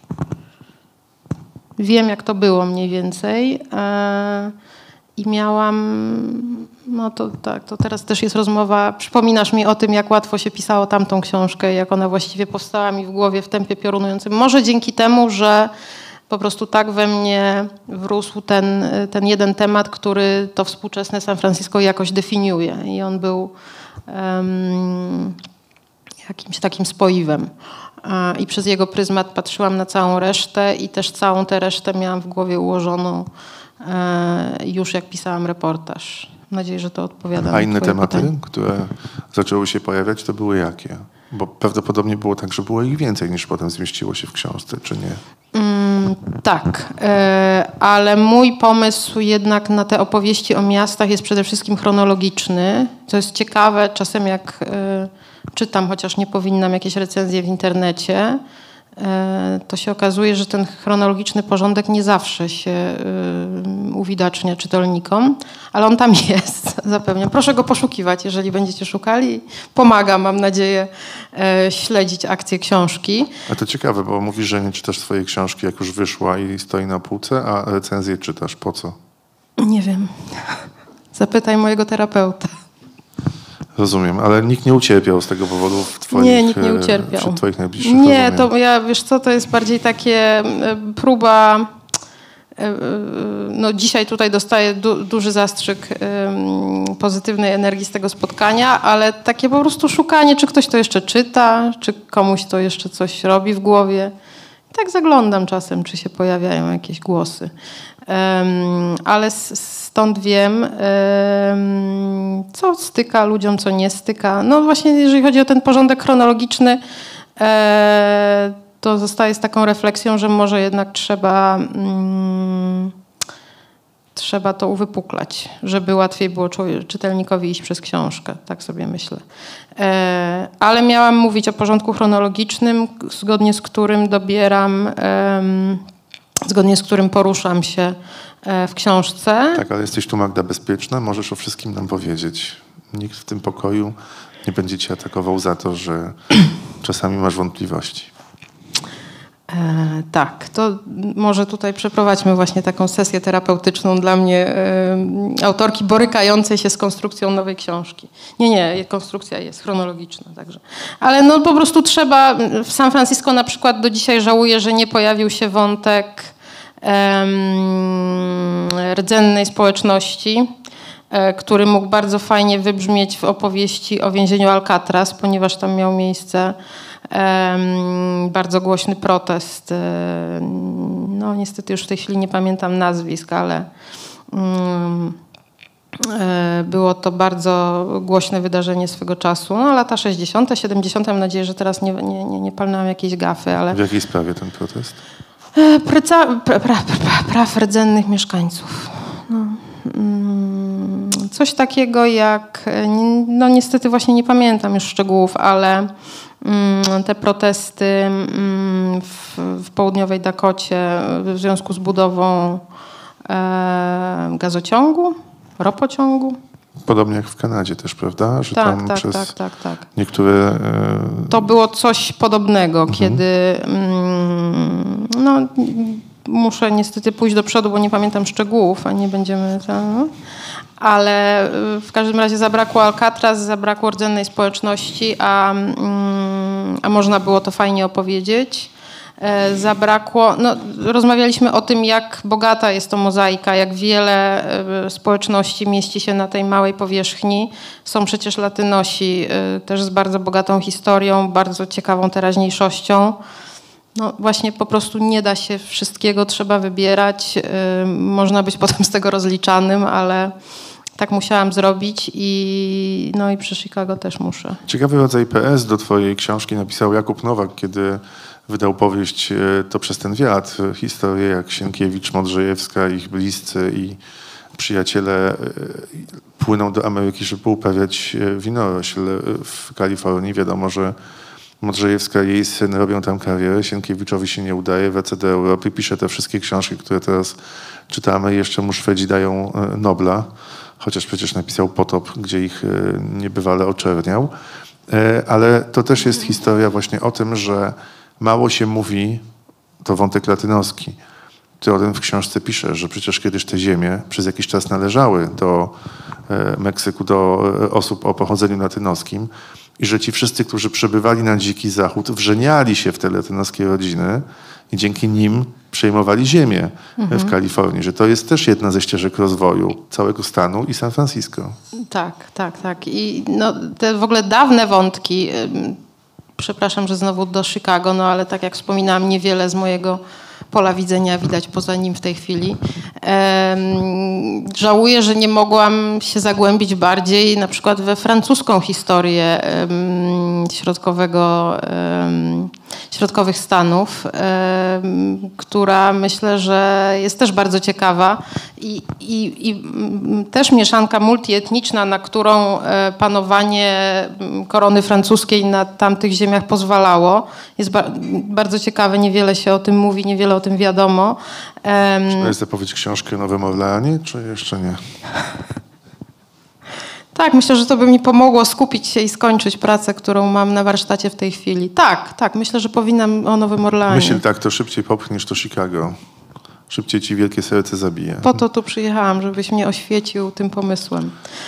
wiem, jak to było mniej więcej. I miałam, to teraz też jest rozmowa, przypominasz mi o tym, jak łatwo się pisało tamtą książkę, jak ona właściwie powstała mi w głowie w tempie piorunującym. Może dzięki temu, że po prostu tak we mnie wrósł ten jeden temat, który to współczesne San Francisco jakoś definiuje. I on był jakimś takim spoiwem. I przez jego pryzmat patrzyłam na całą resztę i też całą tę resztę miałam w głowie ułożoną już jak pisałam reportaż. Mam nadzieję, że to odpowiada. A inne tematy, pytanie, które zaczęły się pojawiać, to były jakie? Bo prawdopodobnie było tak, że było ich więcej niż potem zmieściło się w książce, czy nie? Tak, ale mój pomysł jednak na te opowieści o miastach jest przede wszystkim chronologiczny. To jest ciekawe, czasem jak czytam, chociaż nie powinnam, jakieś recenzje w internecie, to się okazuje, że ten chronologiczny porządek nie zawsze się uwidacznia czytelnikom, ale on tam jest, zapewniam. Proszę go poszukiwać, jeżeli będziecie szukali. Pomaga, mam nadzieję, śledzić akcję książki. A to ciekawe, bo mówisz, że nie czytasz swojej książki, jak już wyszła i stoi na półce, a recenzję czytasz. Po co? Nie wiem. Zapytaj mojego terapeuta. Rozumiem, ale nikt nie ucierpiał z tego powodu Nie, nikt nie ucierpiał. Wśród twoich najbliższych. Nie, rozumiem. to ja, wiesz co, to jest bardziej takie próba, no dzisiaj tutaj dostaję duży zastrzyk pozytywnej energii z tego spotkania, ale takie po prostu szukanie, czy ktoś to jeszcze czyta, czy komuś to jeszcze coś robi w głowie. I tak zaglądam czasem, czy się pojawiają jakieś głosy. Ale stąd wiem, co styka ludziom, co nie styka. No właśnie, jeżeli chodzi o ten porządek chronologiczny, to zostaję z taką refleksją, że może jednak trzeba to uwypuklać, żeby łatwiej było czytelnikowi iść przez książkę. Tak sobie myślę. Ale miałam mówić o porządku chronologicznym, zgodnie z którym zgodnie z którym poruszam się w książce. Tak, ale jesteś tu, Magda, bezpieczna, możesz o wszystkim nam powiedzieć. Nikt w tym pokoju nie będzie cię atakował za to, że czasami masz wątpliwości. Tak, to może tutaj przeprowadźmy właśnie taką sesję terapeutyczną dla mnie, autorki borykającej się z konstrukcją nowej książki. Nie, konstrukcja jest chronologiczna także. Ale no po prostu trzeba, w San Francisco na przykład do dzisiaj żałuję, że nie pojawił się wątek rdzennej społeczności, który mógł bardzo fajnie wybrzmieć w opowieści o więzieniu Alcatraz, ponieważ tam miał miejsce bardzo głośny protest. No niestety już w tej chwili nie pamiętam nazwisk, ale było to bardzo głośne wydarzenie swego czasu. No, lata 60., 70. Mam nadzieję, że teraz nie palnęłam jakiejś gafy, ale... W jakiej sprawie ten protest? Praw rdzennych mieszkańców. No. Coś takiego jak... No niestety właśnie nie pamiętam już szczegółów, ale te protesty w południowej Dakocie w związku z budową gazociągu, ropociągu. Podobnie jak w Kanadzie też, prawda? Że Tak, tam tak, przez tak. niektóre... To było coś podobnego, kiedy no, muszę niestety pójść do przodu, bo nie pamiętam szczegółów, a nie będziemy... Ale w każdym razie zabrakło Alcatraz, zabrakło rdzennej społeczności, a można było to fajnie opowiedzieć. Zabrakło, no, rozmawialiśmy o tym, jak bogata jest to mozaika, jak wiele społeczności mieści się na tej małej powierzchni. Są przecież Latynosi też z bardzo bogatą historią, bardzo ciekawą teraźniejszością. No właśnie po prostu nie da się wszystkiego, trzeba wybierać. Można być potem z tego rozliczanym, ale tak musiałam zrobić i przy Chicago też muszę. Ciekawy rodzaj PS do twojej książki napisał Jakub Nowak, kiedy wydał powieść To przez ten wiatr. Historię jak Sienkiewicz, Modrzejewska, ich bliscy i przyjaciele płyną do Ameryki, żeby uprawiać winorośl w Kalifornii. Wiadomo, że Modrzejewska i jej syn robią tam karierę, Sienkiewiczowi się nie udaje, wraca do Europy, pisze te wszystkie książki, które teraz czytamy. Jeszcze mu Szwedzi dają Nobla, chociaż przecież napisał Potop, gdzie ich niebywale oczerniał. Ale to też jest historia właśnie o tym, że mało się mówi, to wątek latynoski. Ty o tym w książce piszesz, że przecież kiedyś te ziemie przez jakiś czas należały do Meksyku, do osób o pochodzeniu latynoskim i że ci wszyscy, którzy przebywali na Dziki Zachód, wrzeniali się w te latynoskie rodziny i dzięki nim przejmowali ziemię w Kalifornii, że to jest też jedna ze ścieżek rozwoju całego stanu i San Francisco. Tak. I te w ogóle dawne wątki, przepraszam, że znowu do Chicago, ale tak jak wspominałam, niewiele z mojego pola widzenia widać poza nim w tej chwili. Żałuję, że nie mogłam się zagłębić bardziej na przykład we francuską historię środkowego środkowych Stanów, która myślę, że jest też bardzo ciekawa i też mieszanka multietniczna, na którą panowanie korony francuskiej na tamtych ziemiach pozwalało. Jest bardzo ciekawe, niewiele się o tym mówi, niewiele o tym wiadomo. Czy to jest zapowiedź książki o Nowym Orleanie, czy jeszcze nie? Tak, myślę, że to by mi pomogło skupić się i skończyć pracę, którą mam na warsztacie w tej chwili. Tak, myślę, że powinnam o Nowym Orleanie. Myśl tak, to szybciej popchniesz to Chicago. Szybciej ci wielkie serce zabije. Po to tu przyjechałam, żebyś mnie oświecił tym pomysłem.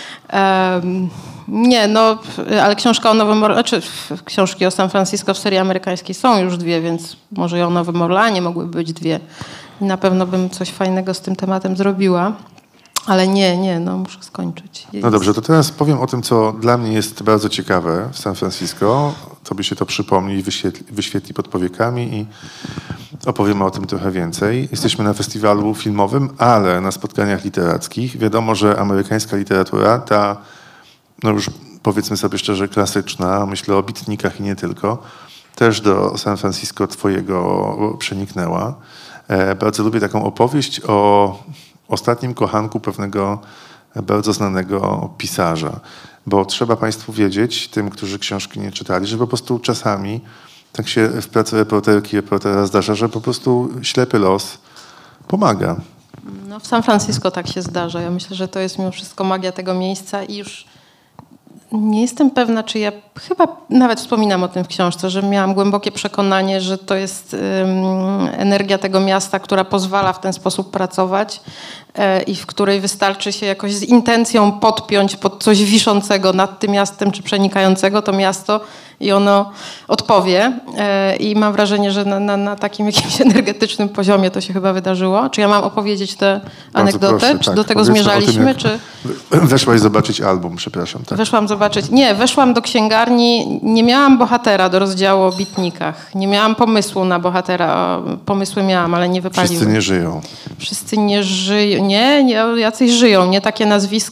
Ale książka o Nowym Orleanie, książki o San Francisco w serii amerykańskiej są już 2, więc może i o Nowym Orleanie mogłyby być 2. I na pewno bym coś fajnego z tym tematem zrobiła. Ale muszę skończyć. No dobrze, to teraz powiem o tym, co dla mnie jest bardzo ciekawe w San Francisco. Tobie się to przypomni i wyświetli pod powiekami i opowiemy o tym trochę więcej. Jesteśmy na festiwalu filmowym, ale na spotkaniach literackich. Wiadomo, że amerykańska literatura, ta, no już powiedzmy sobie szczerze, klasyczna, myślę o bitnikach i nie tylko, też do San Francisco twojego przeniknęła. Bardzo lubię taką opowieść o ostatnim kochanku pewnego bardzo znanego pisarza. Bo trzeba Państwu wiedzieć, tym, którzy książki nie czytali, że po prostu czasami tak się w pracy reporterki, reportera zdarza, że po prostu ślepy los pomaga. No, w San Francisco tak się zdarza. Ja myślę, że to jest mimo wszystko magia tego miejsca i już nie jestem pewna, czy ja chyba nawet wspominam o tym w książce, że miałam głębokie przekonanie, że to jest energia tego miasta, która pozwala w ten sposób pracować i w której wystarczy się jakoś z intencją podpiąć pod coś wiszącego nad tym miastem, czy przenikającego to miasto i ono odpowie. I mam wrażenie, że na takim jakimś energetycznym poziomie to się chyba wydarzyło. Czy ja mam opowiedzieć tę anegdotę? Proszę, czy tak. do tego Powiedzmy zmierzaliśmy? O tym, weszłaś zobaczyć album, przepraszam. Tak. Weszłam zobaczyć. Nie, weszłam do księgarni. Nie miałam bohatera do rozdziału o bitnikach. Nie miałam pomysłu na bohatera. Pomysły miałam, ale nie wypaliły. Wszyscy nie żyją. Wszyscy nie żyją. Nie, jacyś żyją. Nie takie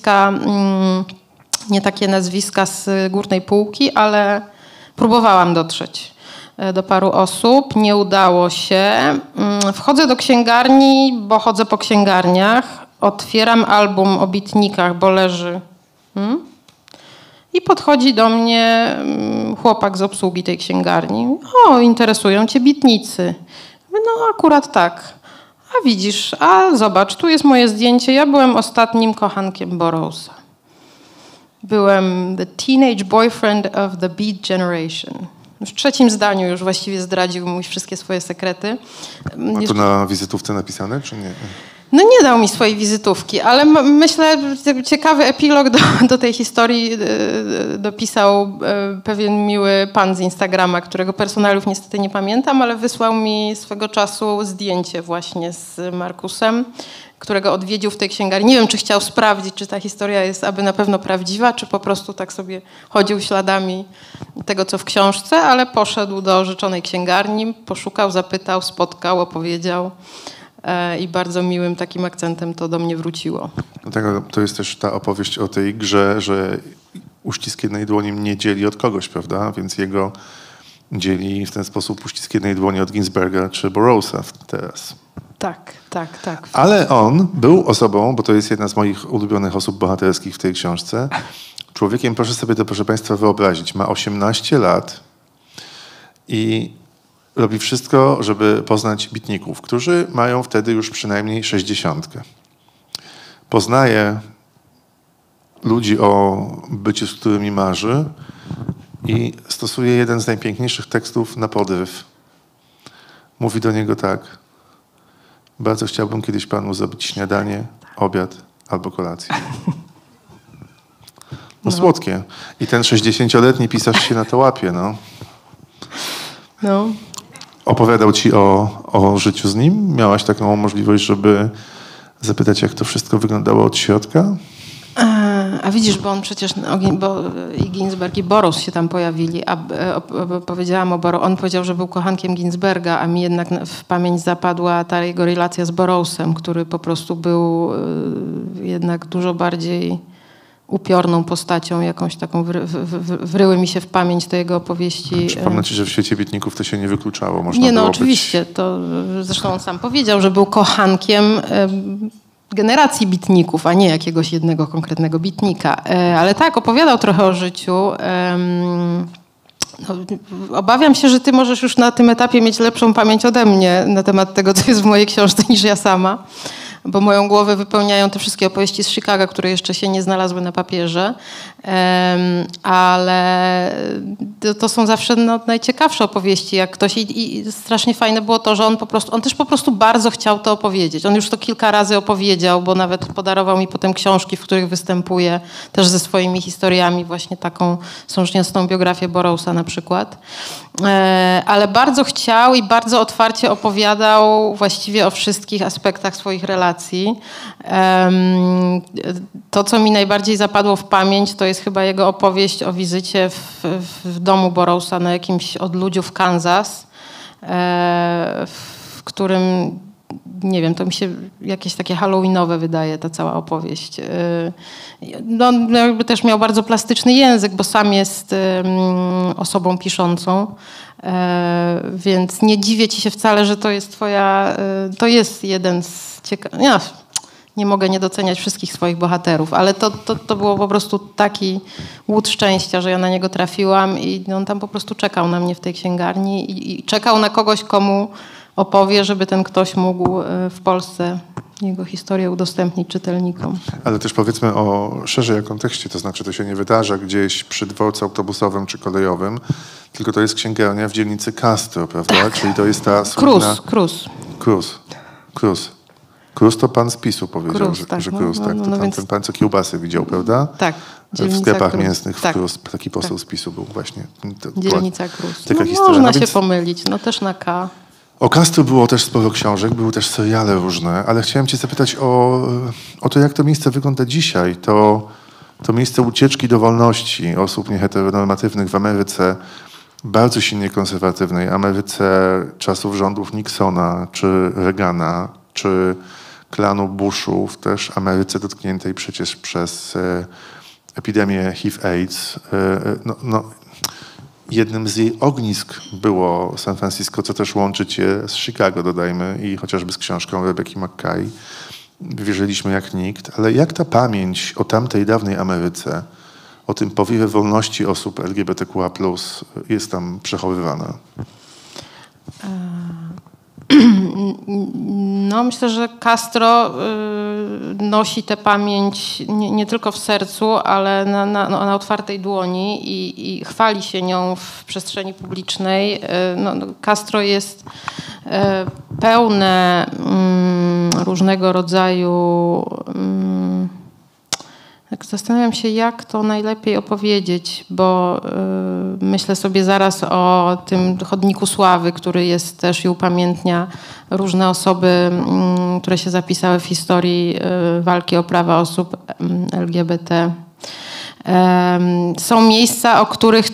nazwiska z górnej półki, ale próbowałam dotrzeć do paru osób. Nie udało się. Wchodzę do księgarni, bo chodzę po księgarniach. Otwieram album o bitnikach, bo leży. I podchodzi do mnie chłopak z obsługi tej księgarni. O, interesują cię bitnicy. Mówię, no akurat tak. A widzisz, zobacz, tu jest moje zdjęcie. Ja byłem ostatnim kochankiem Burroughsa. Byłem the teenage boyfriend of the Beat Generation. W 3 zdaniu już właściwie zdradził mi wszystkie swoje sekrety. Ma to na wizytówce napisane, czy nie? No nie dał mi swojej wizytówki, ale myślę, że ciekawy epilog do tej historii dopisał pewien miły pan z Instagrama, którego personaliów niestety nie pamiętam, ale wysłał mi swego czasu zdjęcie właśnie z Markusem, którego odwiedził w tej księgarni. Nie wiem, czy chciał sprawdzić, czy ta historia jest aby na pewno prawdziwa, czy po prostu tak sobie chodził śladami tego, co w książce, ale poszedł do rzeczonej księgarni, poszukał, zapytał, spotkał, opowiedział. I bardzo miłym takim akcentem to do mnie wróciło. Dlatego to jest też ta opowieść o tej grze, że uścisk jednej dłoni mnie dzieli od kogoś, prawda? Więc jego dzieli w ten sposób uścisk jednej dłoni od Ginsberga czy Burroughsa teraz. Tak. Ale on był osobą, bo to jest jedna z moich ulubionych osób bohaterskich w tej książce, człowiekiem, proszę sobie to, proszę Państwa, wyobrazić, ma 18 lat i robi wszystko, żeby poznać bitników, którzy mają wtedy już przynajmniej 60. Poznaje ludzi, o byciu z którymi marzy i stosuje jeden z najpiękniejszych tekstów na podryw. Mówi do niego tak: bardzo chciałbym kiedyś panu zrobić śniadanie, obiad albo kolację. No słodkie. I ten 60-letni pisarz się na to łapie, no. Opowiadał ci o życiu z nim? Miałaś taką możliwość, żeby zapytać, jak to wszystko wyglądało od środka? A widzisz, bo on przecież, bo i Ginsberg i Burroughs się tam pojawili, a powiedziałam o Burroughs, on powiedział, że był kochankiem Ginsberga, a mi jednak w pamięć zapadła ta jego relacja z Burroughsem, który po prostu był jednak dużo bardziej upiorną postacią, jakąś taką wryły mi się w pamięć te jego opowieści. Przypomnę ci, że w świecie bitników to się nie wykluczało. Nie, no oczywiście. To zresztą on sam powiedział, że był kochankiem generacji bitników, a nie jakiegoś jednego konkretnego bitnika. Ale tak, opowiadał trochę o życiu. No, obawiam się, że ty możesz już na tym etapie mieć lepszą pamięć ode mnie na temat tego, co jest w mojej książce, niż ja sama. Bo moją głowę wypełniają te wszystkie opowieści z Chicago, które jeszcze się nie znalazły na papierze. Ale to są zawsze najciekawsze opowieści. Jak ktoś i strasznie fajne było to, że on też po prostu bardzo chciał to opowiedzieć. On już to kilka razy opowiedział, bo nawet podarował mi potem książki, w których występuje też ze swoimi historiami, właśnie taką sążniastą biografię Burroughsa na przykład. Ale bardzo chciał i bardzo otwarcie opowiadał właściwie o wszystkich aspektach swoich relacji. To, co mi najbardziej zapadło w pamięć, to jest chyba jego opowieść o wizycie w domu Burroughsa na jakimś odludziu w Kansas, w którym, nie wiem, to mi się jakieś takie halloweenowe wydaje ta cała opowieść. No, jakby też miał bardzo plastyczny język, bo sam jest osobą piszącą, więc nie dziwię ci się wcale, że to jest to jest jeden z ciekawych. Nie mogę nie doceniać wszystkich swoich bohaterów, ale to było po prostu taki łód szczęścia, że ja na niego trafiłam i on tam po prostu czekał na mnie w tej księgarni i czekał na kogoś, komu opowie, żeby ten ktoś mógł w Polsce jego historię udostępnić czytelnikom. Ale też powiedzmy szerzej o kontekście, to znaczy to się nie wydarza gdzieś przy dworcu autobusowym czy kolejowym, tylko to jest księgarnia w dzielnicy Castro, prawda? Tak. Czyli to jest ta słynna... Cruz. Cruz to pan z PiS-u powiedział, Cruz, że tak. Cruz, tak. To więc... ten pan, co kiełbasy widział, prawda? Tak. W sklepach Cruz. mięsnych w tak. Cruz. Taki poseł z PiS-u był właśnie. Dzielnica Cruz. Taka historia. Można się pomylić, też na K. O Castro było też sporo książek, były też seriale różne, ale chciałem cię zapytać o to, jak to miejsce wygląda dzisiaj. To miejsce ucieczki do wolności osób nieheteronormatywnych w Ameryce, bardzo silnie konserwatywnej Ameryce czasów rządów Nixona, czy Reagana, czy klanu Bushów, też Ameryce dotkniętej przecież przez epidemię HIV-AIDS. Jednym z jej ognisk było San Francisco, co też łączy cię z Chicago, dodajmy, i chociażby z książką Rebeki McKay. Wierzyliśmy jak nikt, ale jak ta pamięć o tamtej dawnej Ameryce, o tym powiewie wolności osób LGBTQA+, jest tam przechowywana? No, myślę, że Castro nosi tę pamięć nie tylko w sercu, ale na otwartej dłoni i chwali się nią w przestrzeni publicznej. Castro jest pełne różnego rodzaju... Zastanawiam się, jak to najlepiej opowiedzieć, bo myślę sobie zaraz o tym chodniku sławy, który jest też i upamiętnia różne osoby, które się zapisały w historii walki o prawa osób LGBT. Są miejsca, o których...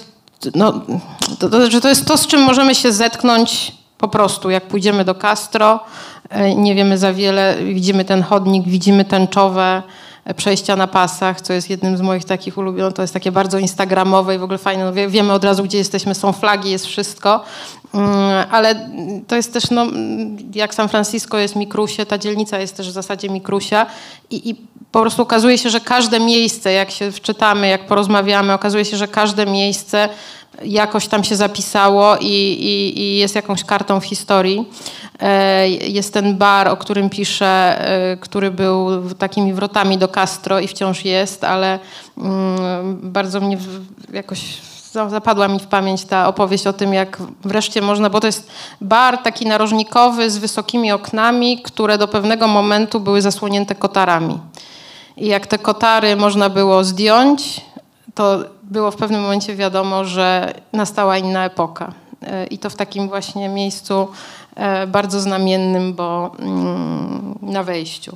to jest to, z czym możemy się zetknąć po prostu, jak pójdziemy do Castro, nie wiemy za wiele, widzimy ten chodnik, widzimy tęczowe przejścia na pasach, co jest jednym z moich takich ulubionych, to jest takie bardzo instagramowe i w ogóle fajne, wiemy od razu, gdzie jesteśmy, są flagi, jest wszystko, ale to jest też, jak San Francisco jest mikrusie, ta dzielnica jest też w zasadzie mikrusia i po prostu okazuje się, że każde miejsce, jak się wczytamy, jak porozmawiamy, okazuje się, że każde miejsce jakoś tam się zapisało i jest jakąś kartą w historii. Jest ten bar, o którym piszę, który był takimi wrotami do Castro i wciąż jest, ale bardzo mnie jakoś zapadła mi w pamięć ta opowieść o tym, jak wreszcie można, bo to jest bar taki narożnikowy z wysokimi oknami, które do pewnego momentu były zasłonięte kotarami. I jak te kotary można było zdjąć, to było w pewnym momencie wiadomo, że nastała inna epoka. I to w takim właśnie miejscu bardzo znamiennym, bo na wejściu.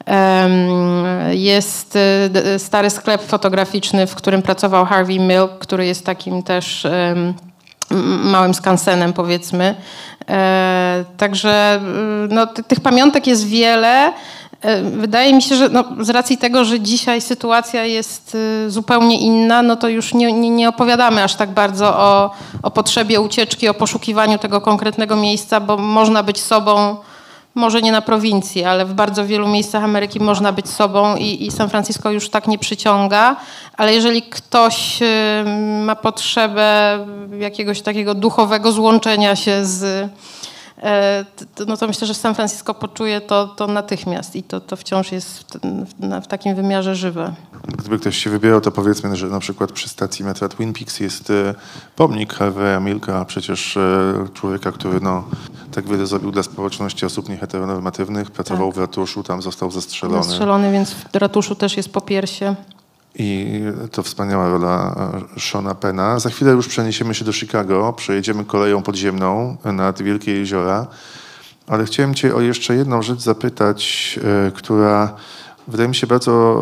Jest stary sklep fotograficzny, w którym pracował Harvey Milk, który jest takim też małym skansenem, powiedzmy. Także tych pamiątek jest wiele. Wydaje mi się, że z racji tego, że dzisiaj sytuacja jest zupełnie inna, no to już nie opowiadamy aż tak bardzo o potrzebie ucieczki, o poszukiwaniu tego konkretnego miejsca, bo można być sobą, może nie na prowincji, ale w bardzo wielu miejscach Ameryki można być sobą i San Francisco już tak nie przyciąga, ale jeżeli ktoś ma potrzebę jakiegoś takiego duchowego złączenia się no to myślę, że San Francisco poczuje to natychmiast i to wciąż jest w takim wymiarze żywe. Gdyby ktoś się wybierał, to powiedzmy, że na przykład przy stacji metra Twin Peaks jest pomnik Harveya Milka, przecież człowieka, który tak wiele zrobił dla społeczności osób nieheteronormatywnych, pracował w ratuszu, tam został zastrzelony. Więc w ratuszu też jest popiersie. I to wspaniała rola Seana Penna. Za chwilę już przeniesiemy się do Chicago, przejedziemy koleją podziemną nad Wielkie Jeziora, ale chciałem cię o jeszcze jedną rzecz zapytać, która wydaje mi się bardzo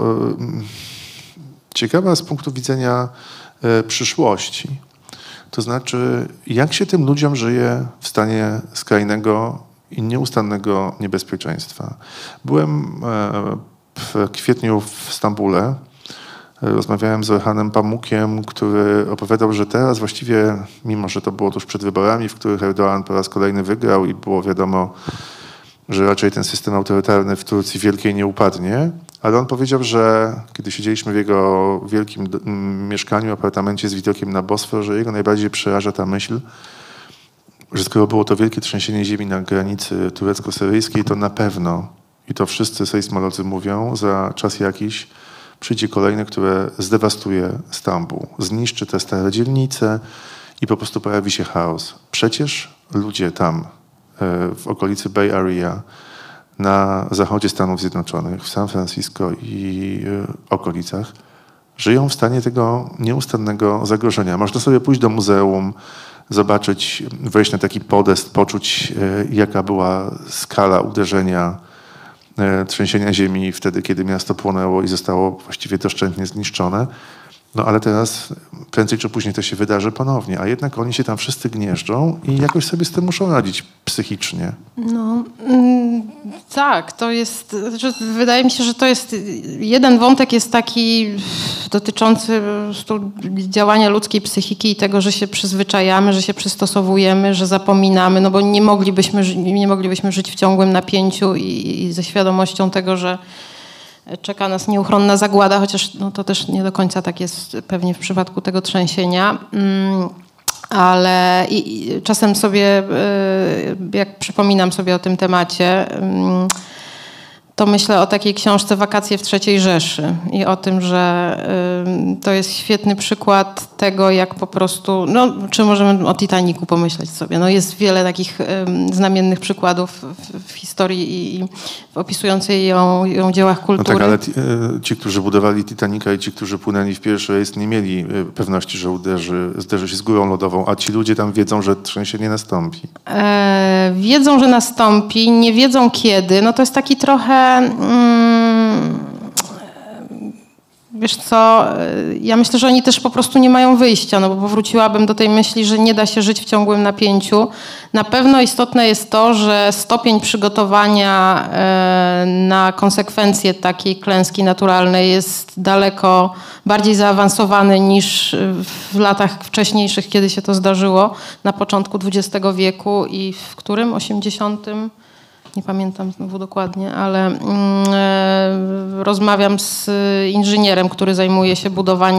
ciekawa z punktu widzenia przyszłości. To znaczy, jak się tym ludziom żyje w stanie skrajnego i nieustannego niebezpieczeństwa. Byłem w kwietniu w Stambule. Rozmawiałem z Orhanem Pamukiem, który opowiadał, że teraz właściwie, mimo że to było tuż przed wyborami, w których Erdoğan po raz kolejny wygrał i było wiadomo, że raczej ten system autorytarny w Turcji wielkiej nie upadnie, ale on powiedział, że kiedy siedzieliśmy w jego wielkim mieszkaniu, apartamencie z widokiem na Bosfor, że jego najbardziej przeraża ta myśl, że skoro było to wielkie trzęsienie ziemi na granicy turecko-syryjskiej, to na pewno, i to wszyscy sejsmolodzy mówią, za czas jakiś przyjdzie kolejne, które zdewastuje Stambuł, zniszczy te stare dzielnice i po prostu pojawi się chaos. Przecież ludzie tam, w okolicy Bay Area, na zachodzie Stanów Zjednoczonych, w San Francisco i okolicach, żyją w stanie tego nieustannego zagrożenia. Można sobie pójść do muzeum, zobaczyć, wejść na taki podest, poczuć, jaka była skala uderzenia, trzęsienia ziemi wtedy, kiedy miasto płonęło i zostało właściwie doszczętnie zniszczone. No ale teraz prędzej czy później to się wydarzy ponownie, a jednak oni się tam wszyscy gnieżdżą i jakoś sobie z tym muszą radzić psychicznie. No, tak, to jest, wydaje mi się, że to jest, jeden wątek jest taki dotyczący działania ludzkiej psychiki i tego, że się przyzwyczajamy, że się przystosowujemy, że zapominamy, no bo nie moglibyśmy żyć w ciągłym napięciu i ze świadomością tego, że czeka nas nieuchronna zagłada, chociaż to też nie do końca tak jest pewnie w przypadku tego trzęsienia. Ale czasem sobie, jak przypominam sobie o tym temacie, to myślę o takiej książce Wakacje w III Rzeszy i o tym, że to jest świetny przykład tego, jak po prostu, czy możemy o Titanicu pomyśleć sobie. Jest wiele takich znamiennych przykładów w historii i opisującej ją dziełach kultury. No tak, ale ci, którzy budowali Titanica i ci, którzy płynęli w pierwszy rejs, nie mieli pewności, że zderzy się z górą lodową, a ci ludzie tam wiedzą, że trzęsienie nastąpi. Wiedzą, że nastąpi, nie wiedzą kiedy. To jest taki trochę wiesz co, ja myślę, że oni też po prostu nie mają wyjścia, bo powróciłabym do tej myśli, że nie da się żyć w ciągłym napięciu. Na pewno istotne jest to, że stopień przygotowania na konsekwencje takiej klęski naturalnej jest daleko bardziej zaawansowany niż w latach wcześniejszych, kiedy się to zdarzyło, na początku XX wieku i w którym? 80? Nie pamiętam znowu dokładnie, ale rozmawiam z inżynierem, który zajmuje się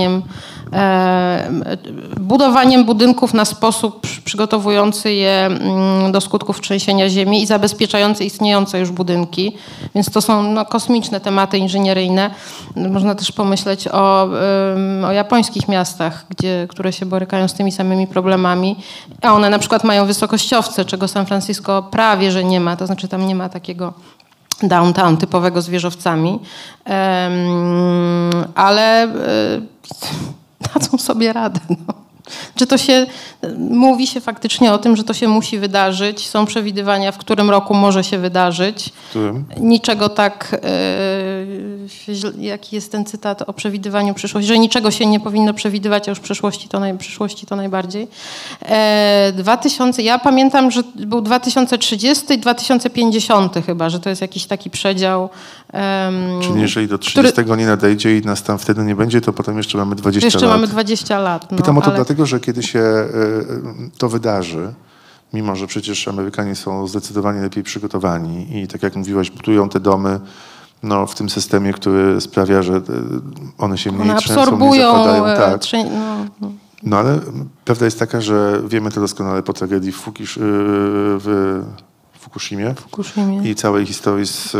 budowaniem budynków na sposób przygotowujący je do skutków trzęsienia ziemi i zabezpieczający istniejące już budynki. Więc to są kosmiczne tematy inżynieryjne. Można też pomyśleć o japońskich miastach, które się borykają z tymi samymi problemami, a one na przykład mają wysokościowce, czego San Francisco prawie że nie ma. To znaczy tam nie ma takiego downtown typowego z wieżowcami, ale dadzą sobie radę. Czy mówi się faktycznie o tym, że to się musi wydarzyć, są przewidywania, w którym roku może się wydarzyć. W którym? Niczego tak, jaki jest ten cytat o przewidywaniu przyszłości, że niczego się nie powinno przewidywać, a już przyszłości to najbardziej. Ja pamiętam, że był 2030 i 2050 chyba, że to jest jakiś taki przedział. Czyli jeżeli do 30 nie nadejdzie i nas tam wtedy nie będzie, to potem jeszcze mamy 20 lat. Jeszcze mamy 20 lat. No, Pytam o to dlatego, że kiedy się to wydarzy, mimo że przecież Amerykanie są zdecydowanie lepiej przygotowani i tak jak mówiłaś, budują te domy w tym systemie, który sprawia, że one się mniej trzęsą, mniej zapadają. Tak. No ale prawda jest taka, że wiemy to doskonale po tragedii w Fukushimie i całej historii z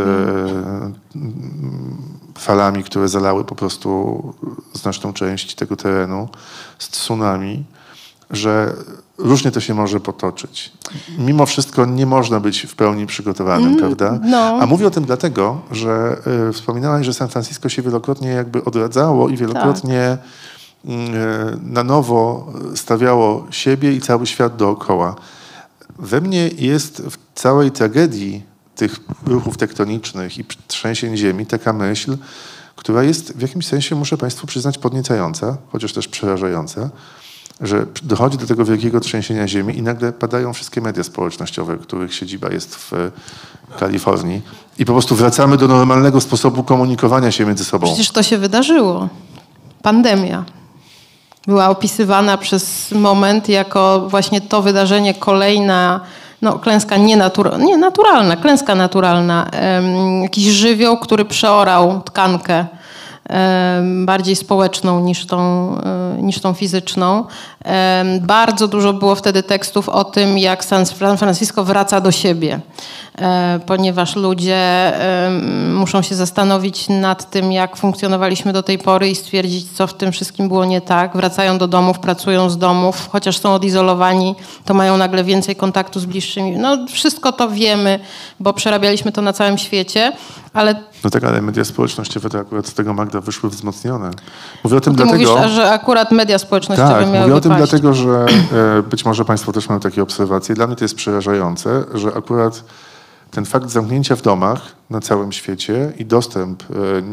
falami, które zalały po prostu znaczną część tego terenu, z tsunami, że różnie to się może potoczyć. Mimo wszystko nie można być w pełni przygotowanym, prawda? No. A mówię o tym dlatego, że wspominałaś, że San Francisco się wielokrotnie jakby odradzało i wielokrotnie na nowo stawiało siebie i cały świat dookoła. We mnie jest w całej tragedii tych ruchów tektonicznych i trzęsień ziemi taka myśl, która jest w jakimś sensie, muszę Państwu przyznać, podniecająca, chociaż też przerażająca, że dochodzi do tego wielkiego trzęsienia ziemi i nagle padają wszystkie media społecznościowe, których siedziba jest w Kalifornii i po prostu wracamy do normalnego sposobu komunikowania się między sobą. Przecież to się wydarzyło. Pandemia była opisywana przez moment jako właśnie to wydarzenie, kolejna klęska naturalna, klęska naturalna. Jakiś żywioł, który przeorał tkankę bardziej społeczną niż tą fizyczną. Bardzo dużo było wtedy tekstów o tym, jak San Francisco wraca do siebie, ponieważ ludzie muszą się zastanowić nad tym, jak funkcjonowaliśmy do tej pory i stwierdzić, co w tym wszystkim było nie tak. Wracają do domów, pracują z domów, chociaż są odizolowani, to mają nagle więcej kontaktu z bliższymi. Wszystko to wiemy, bo przerabialiśmy to na całym świecie, ale... No tak, ale media społecznościowe to akurat z tego, Magda, wyszły wzmocnione. Mówię o tym Ty dlatego... mówisz, że akurat media społecznościowe miały wypaść. Mówię o tym dlatego, że być może Państwo też mają takie obserwacje. Dla mnie to jest przerażające, że akurat ten fakt zamknięcia w domach na całym świecie i dostęp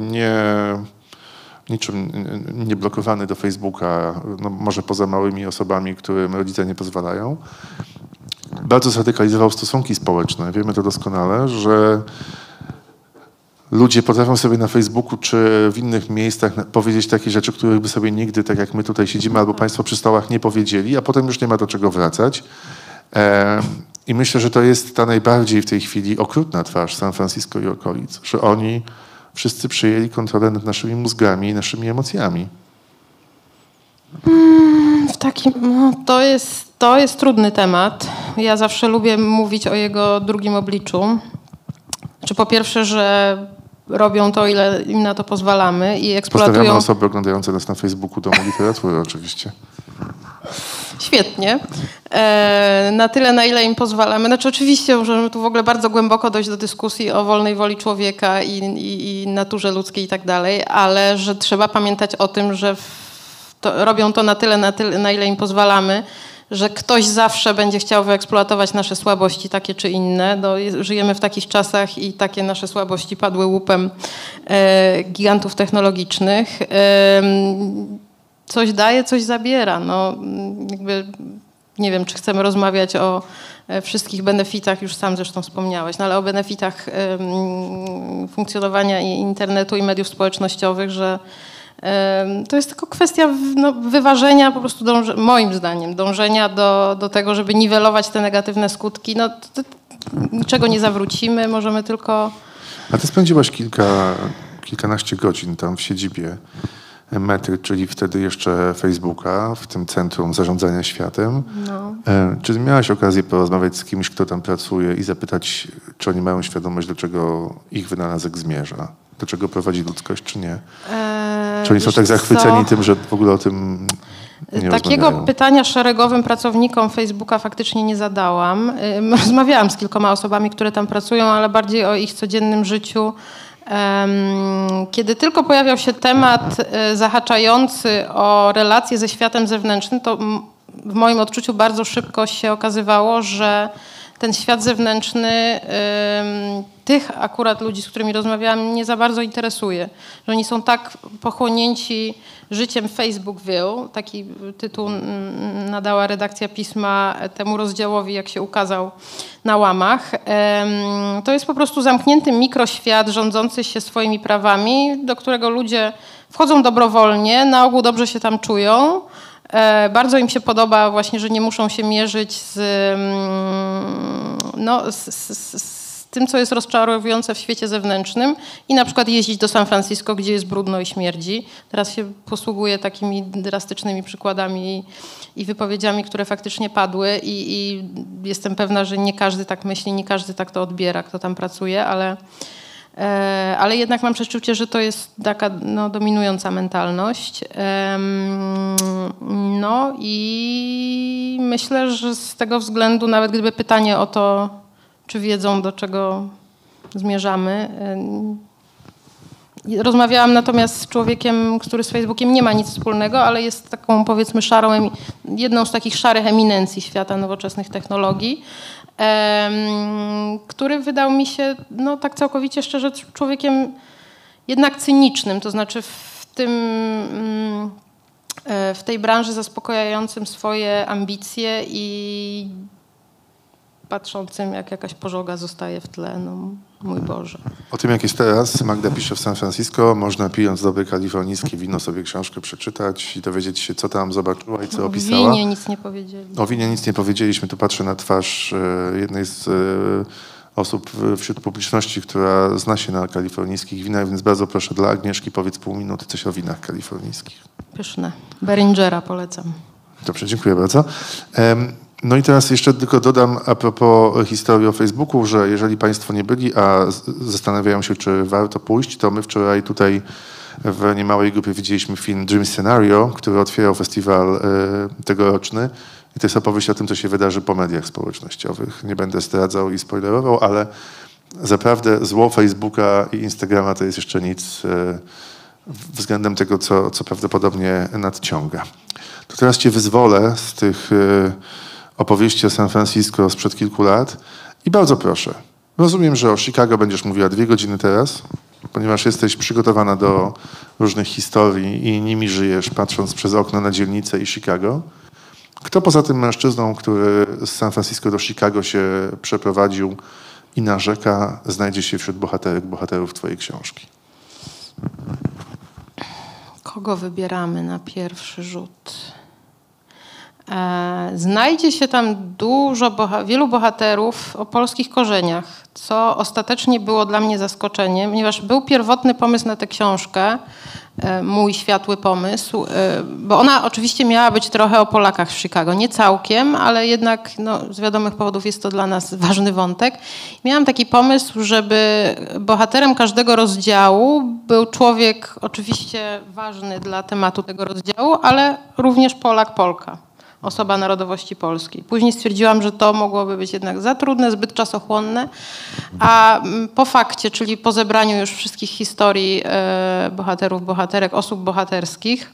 niczym nie blokowany do Facebooka, może poza małymi osobami, którym rodzice nie pozwalają, bardzo zradykalizował stosunki społeczne. Wiemy to doskonale, że ludzie potrafią sobie na Facebooku czy w innych miejscach powiedzieć takie rzeczy, których by sobie nigdy, tak jak my tutaj siedzimy, albo Państwo przy stołach nie powiedzieli, a potem już nie ma do czego wracać. I myślę, że to jest ta najbardziej w tej chwili okrutna twarz San Francisco i okolic, że oni wszyscy przyjęli kontrolę nad naszymi mózgami i naszymi emocjami. To jest trudny temat. Ja zawsze lubię mówić o jego drugim obliczu. Po pierwsze, że robią to, ile im na to pozwalamy i eksploatują... Pozdrawiamy osoby oglądające nas na Facebooku Domu Literatury oczywiście. Świetnie. Na tyle, na ile im pozwalamy. Oczywiście możemy tu w ogóle bardzo głęboko dojść do dyskusji o wolnej woli człowieka i naturze ludzkiej i tak dalej, ale że trzeba pamiętać o tym, że robią to na tyle, na ile im pozwalamy, że ktoś zawsze będzie chciał wyeksploatować nasze słabości, takie czy inne. Żyjemy w takich czasach i takie nasze słabości padły łupem gigantów technologicznych. Coś daje, coś zabiera. Nie wiem, czy chcemy rozmawiać o wszystkich benefitach, już sam zresztą wspomniałeś, ale o benefitach funkcjonowania internetu i mediów społecznościowych, że to jest tylko kwestia wyważenia, po prostu moim zdaniem, dążenia do tego, żeby niwelować te negatywne skutki. Niczego nie zawrócimy, możemy tylko... A ty spędziłaś kilkanaście godzin tam w siedzibie Mety, czyli wtedy jeszcze Facebooka, w tym centrum zarządzania światem. Czy miałaś okazję porozmawiać z kimś, kto tam pracuje i zapytać, czy oni mają świadomość, do czego ich wynalazek zmierza? Do czego prowadzi ludzkość, czy nie? Czy oni są tak zachwyceni tym, że w ogóle o tym nie Takiego rozmawiają? pytania szeregowym pracownikom Facebooka faktycznie nie zadałam. Rozmawiałam z kilkoma osobami, które tam pracują, ale bardziej o ich codziennym życiu. Kiedy tylko pojawiał się temat zahaczający o relacje ze światem zewnętrznym, to w moim odczuciu bardzo szybko się okazywało, że ten świat zewnętrzny tych akurat ludzi, z którymi rozmawiałam, nie za bardzo interesuje. Że oni są tak pochłonięci życiem Facebookville, taki tytuł nadała redakcja pisma temu rozdziałowi, jak się ukazał na łamach. To jest po prostu zamknięty mikroświat rządzący się swoimi prawami, do którego ludzie wchodzą dobrowolnie, na ogół dobrze się tam czują. Bardzo im się podoba właśnie, że nie muszą się mierzyć z tym, co jest rozczarowujące w świecie zewnętrznym i na przykład jeździć do San Francisco, gdzie jest brudno i śmierdzi. Teraz się posługuję takimi drastycznymi przykładami i wypowiedziami, które faktycznie padły i jestem pewna, że nie każdy tak myśli, nie każdy tak to odbiera, kto tam pracuje, ale jednak mam przeczucie, że to jest taka dominująca mentalność. No i myślę, że z tego względu, nawet gdyby pytanie o to, czy wiedzą, do czego zmierzamy. Rozmawiałam natomiast z człowiekiem, który z Facebookiem nie ma nic wspólnego, ale jest taką, powiedzmy, jedną z takich szarych eminencji świata nowoczesnych technologii, który wydał mi się, tak całkowicie szczerze, człowiekiem jednak cynicznym, to znaczy w tej branży zaspokajającym swoje ambicje i patrzącym, jak jakaś pożoga zostaje w tle. Mój Boże. O tym, jak jest teraz, Magda pisze w San Francisco, można pijąc dobre kalifornijskie wino sobie książkę przeczytać i dowiedzieć się, co tam zobaczyła i co opisała. O winie nic nie powiedzieli. O winie nic nie powiedzieliśmy. Tu patrzę na twarz jednej z osób wśród publiczności, która zna się na kalifornijskich winach, więc bardzo proszę dla Agnieszki powiedz pół minuty coś o winach kalifornijskich. Pyszne. Beringera polecam. Dobrze, dziękuję bardzo. No i teraz jeszcze tylko dodam a propos historii o Facebooku, że jeżeli Państwo nie byli, a zastanawiają się, czy warto pójść, to my wczoraj tutaj w niemałej grupie widzieliśmy film Dream Scenario, który otwierał festiwal tegoroczny. I to jest opowieść o tym, co się wydarzy po mediach społecznościowych. Nie będę zdradzał i spoilerował, ale zaprawdę zło Facebooka i Instagrama to jest jeszcze nic względem tego, co prawdopodobnie nadciąga. To teraz Cię wyzwolę z tych opowieści o San Francisco sprzed kilku lat i bardzo proszę. Rozumiem, że o Chicago będziesz mówiła 2 godziny teraz, ponieważ jesteś przygotowana do różnych historii i nimi żyjesz, patrząc przez okno na dzielnicę i Chicago. Kto poza tym mężczyzną, który z San Francisco do Chicago się przeprowadził i narzeka, znajdzie się wśród bohaterów twojej książki? Kogo wybieramy na pierwszy rzut? Znajdzie się tam wielu bohaterów o polskich korzeniach, co ostatecznie było dla mnie zaskoczeniem, ponieważ był pierwotny pomysł na tę książkę, mój światły pomysł, bo ona oczywiście miała być trochę o Polakach w Chicago. Nie całkiem, ale jednak z wiadomych powodów jest to dla nas ważny wątek. Miałam taki pomysł, żeby bohaterem każdego rozdziału był człowiek oczywiście ważny dla tematu tego rozdziału, ale również Polak, Polka. Osoba narodowości polskiej. Później stwierdziłam, że to mogłoby być jednak za trudne, zbyt czasochłonne, a po fakcie, czyli po zebraniu już wszystkich historii bohaterów, bohaterek, osób bohaterskich,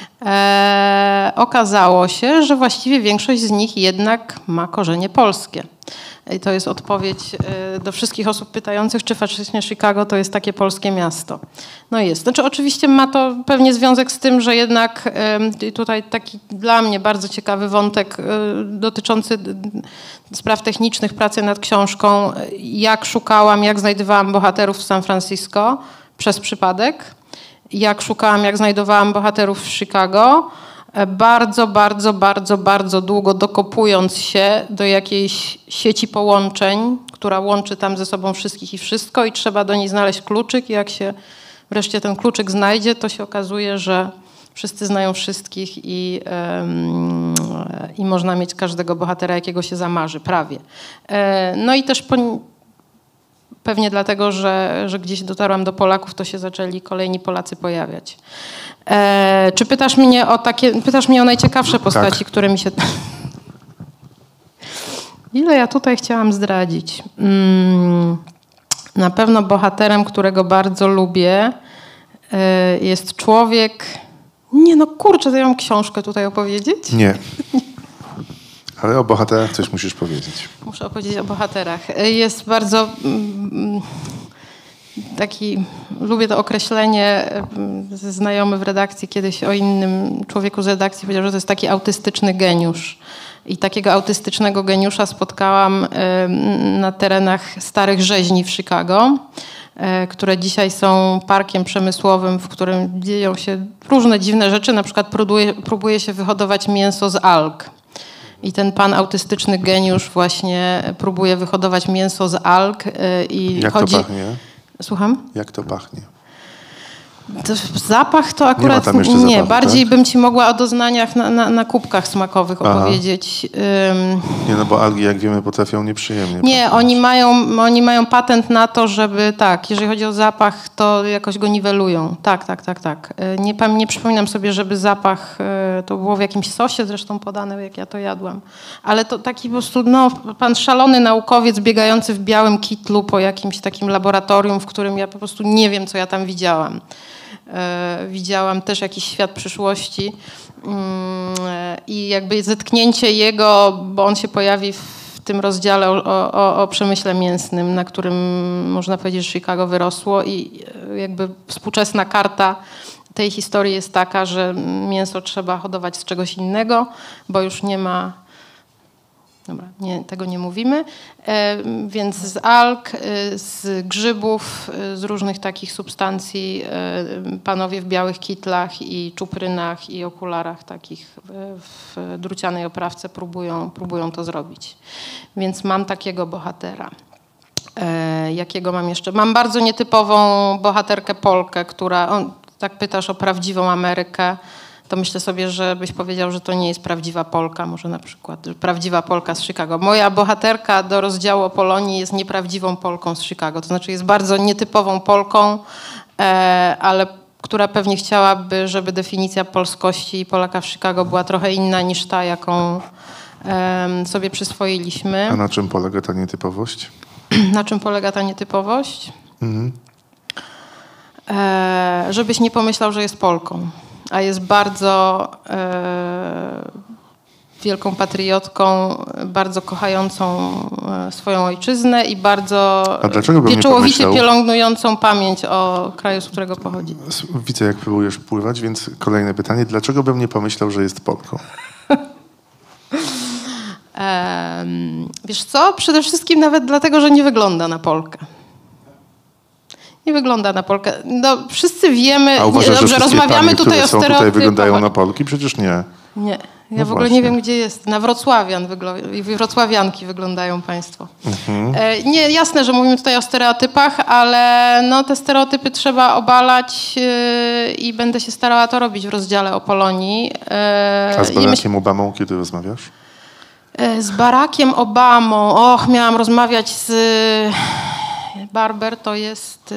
okazało się, że właściwie większość z nich jednak ma korzenie polskie. I to jest odpowiedź do wszystkich osób pytających, czy faktycznie Chicago to jest takie polskie miasto. No jest. Znaczy oczywiście ma to pewnie związek z tym, że jednak tutaj taki dla mnie bardzo ciekawy wątek dotyczący spraw technicznych, pracy nad książką, jak szukałam, jak znajdowałam bohaterów w San Francisco przez przypadek, jak szukałam, jak znajdowałam bohaterów w Chicago, bardzo długo dokopując się do jakiejś sieci połączeń, która łączy tam ze sobą wszystkich i wszystko i trzeba do niej znaleźć kluczyk i jak się wreszcie ten kluczyk znajdzie, to się okazuje, że wszyscy znają wszystkich i można mieć każdego bohatera, jakiego się zamarzy, prawie. No i też pewnie dlatego, że gdzieś dotarłam do Polaków, to się zaczęli kolejni Polacy pojawiać. Czy pytasz mnie o najciekawsze postaci, tak, które mi się... Ile ja tutaj chciałam zdradzić? Na pewno bohaterem, którego bardzo lubię, jest człowiek... Nie, no kurczę, to ja mam książkę tutaj opowiedzieć? Nie. Ale o bohaterach coś musisz powiedzieć. Muszę opowiedzieć o bohaterach. Jest bardzo taki, lubię to określenie, znajomy w redakcji kiedyś o innym człowieku z redakcji powiedział, że to jest taki autystyczny geniusz. I takiego autystycznego geniusza spotkałam na terenach starych rzeźni w Chicago, które dzisiaj są parkiem przemysłowym, w którym dzieją się różne dziwne rzeczy. Na przykład próbuje się wyhodować mięso z alg. I ten pan autystyczny geniusz właśnie próbuje wyhodować mięso z alg. I Jak chodzi... to pachnie? Słucham? Jak to pachnie? Zapach to akurat nie. Bardziej tak? Bym ci mogła o doznaniach na kubkach smakowych opowiedzieć. Nie, no bo algi, jak wiemy, potrafią nieprzyjemnie. Nie, oni mają patent na to, żeby tak, jeżeli chodzi o zapach, to jakoś go niwelują. Tak. Nie przypominam sobie, żeby zapach, to było w jakimś sosie zresztą podane, jak ja to jadłam. Ale to taki po prostu, pan szalony naukowiec biegający w białym kitlu po jakimś takim laboratorium, w którym ja po prostu nie wiem, co ja tam widziałam. Widziałam też jakiś świat przyszłości i jakby zetknięcie jego, bo on się pojawi w tym rozdziale o przemyśle mięsnym, na którym można powiedzieć, że Chicago wyrosło i jakby współczesna karta tej historii jest taka, że mięso trzeba hodować z czegoś innego, bo już nie ma... Dobra, tego nie mówimy. Więc z alg, z grzybów, z różnych takich substancji panowie w białych kitlach i czuprynach i okularach takich w drucianej oprawce próbują to zrobić. Więc mam takiego bohatera. Jakiego mam jeszcze? Mam bardzo nietypową bohaterkę Polkę, która, tak pytasz o prawdziwą Amerykę, to myślę sobie, że byś powiedział, że to nie jest prawdziwa Polka, może na przykład prawdziwa Polka z Chicago. Moja bohaterka do rozdziału o Polonii jest nieprawdziwą Polką z Chicago, to znaczy jest bardzo nietypową Polką, ale która pewnie chciałaby, żeby definicja polskości Polaka w Chicago była trochę inna niż ta, jaką sobie przyswoiliśmy. A na czym polega ta nietypowość? Na czym polega ta nietypowość? Żebyś nie pomyślał, że jest Polką. A jest bardzo wielką patriotką, bardzo kochającą swoją ojczyznę i bardzo pieczołowicie pielęgnującą pamięć o kraju, z którego pochodzi. Widzę, jak próbujesz pływać, więc kolejne pytanie. Dlaczego bym nie pomyślał, że jest Polką? Wiesz co? Przede wszystkim nawet dlatego, że nie wygląda na Polkę. Nie wygląda na Polkę. No, wszyscy wiemy, a uważasz, dobrze, rozmawiamy tutaj o stereotypach. Tutaj wyglądają na Polki? Przecież nie. Nie. Ja w ogóle nie wiem, gdzie jest. Na Wrocławian i wrocławianki wyglądają państwo. Nie, jasne, że mówimy tutaj o stereotypach, ale te stereotypy trzeba obalać i będę się starała to robić w rozdziale o Polonii. A z Barackiem Obamą kiedy rozmawiasz? Z Barackiem Obamą. miałam rozmawiać z... Barber to jest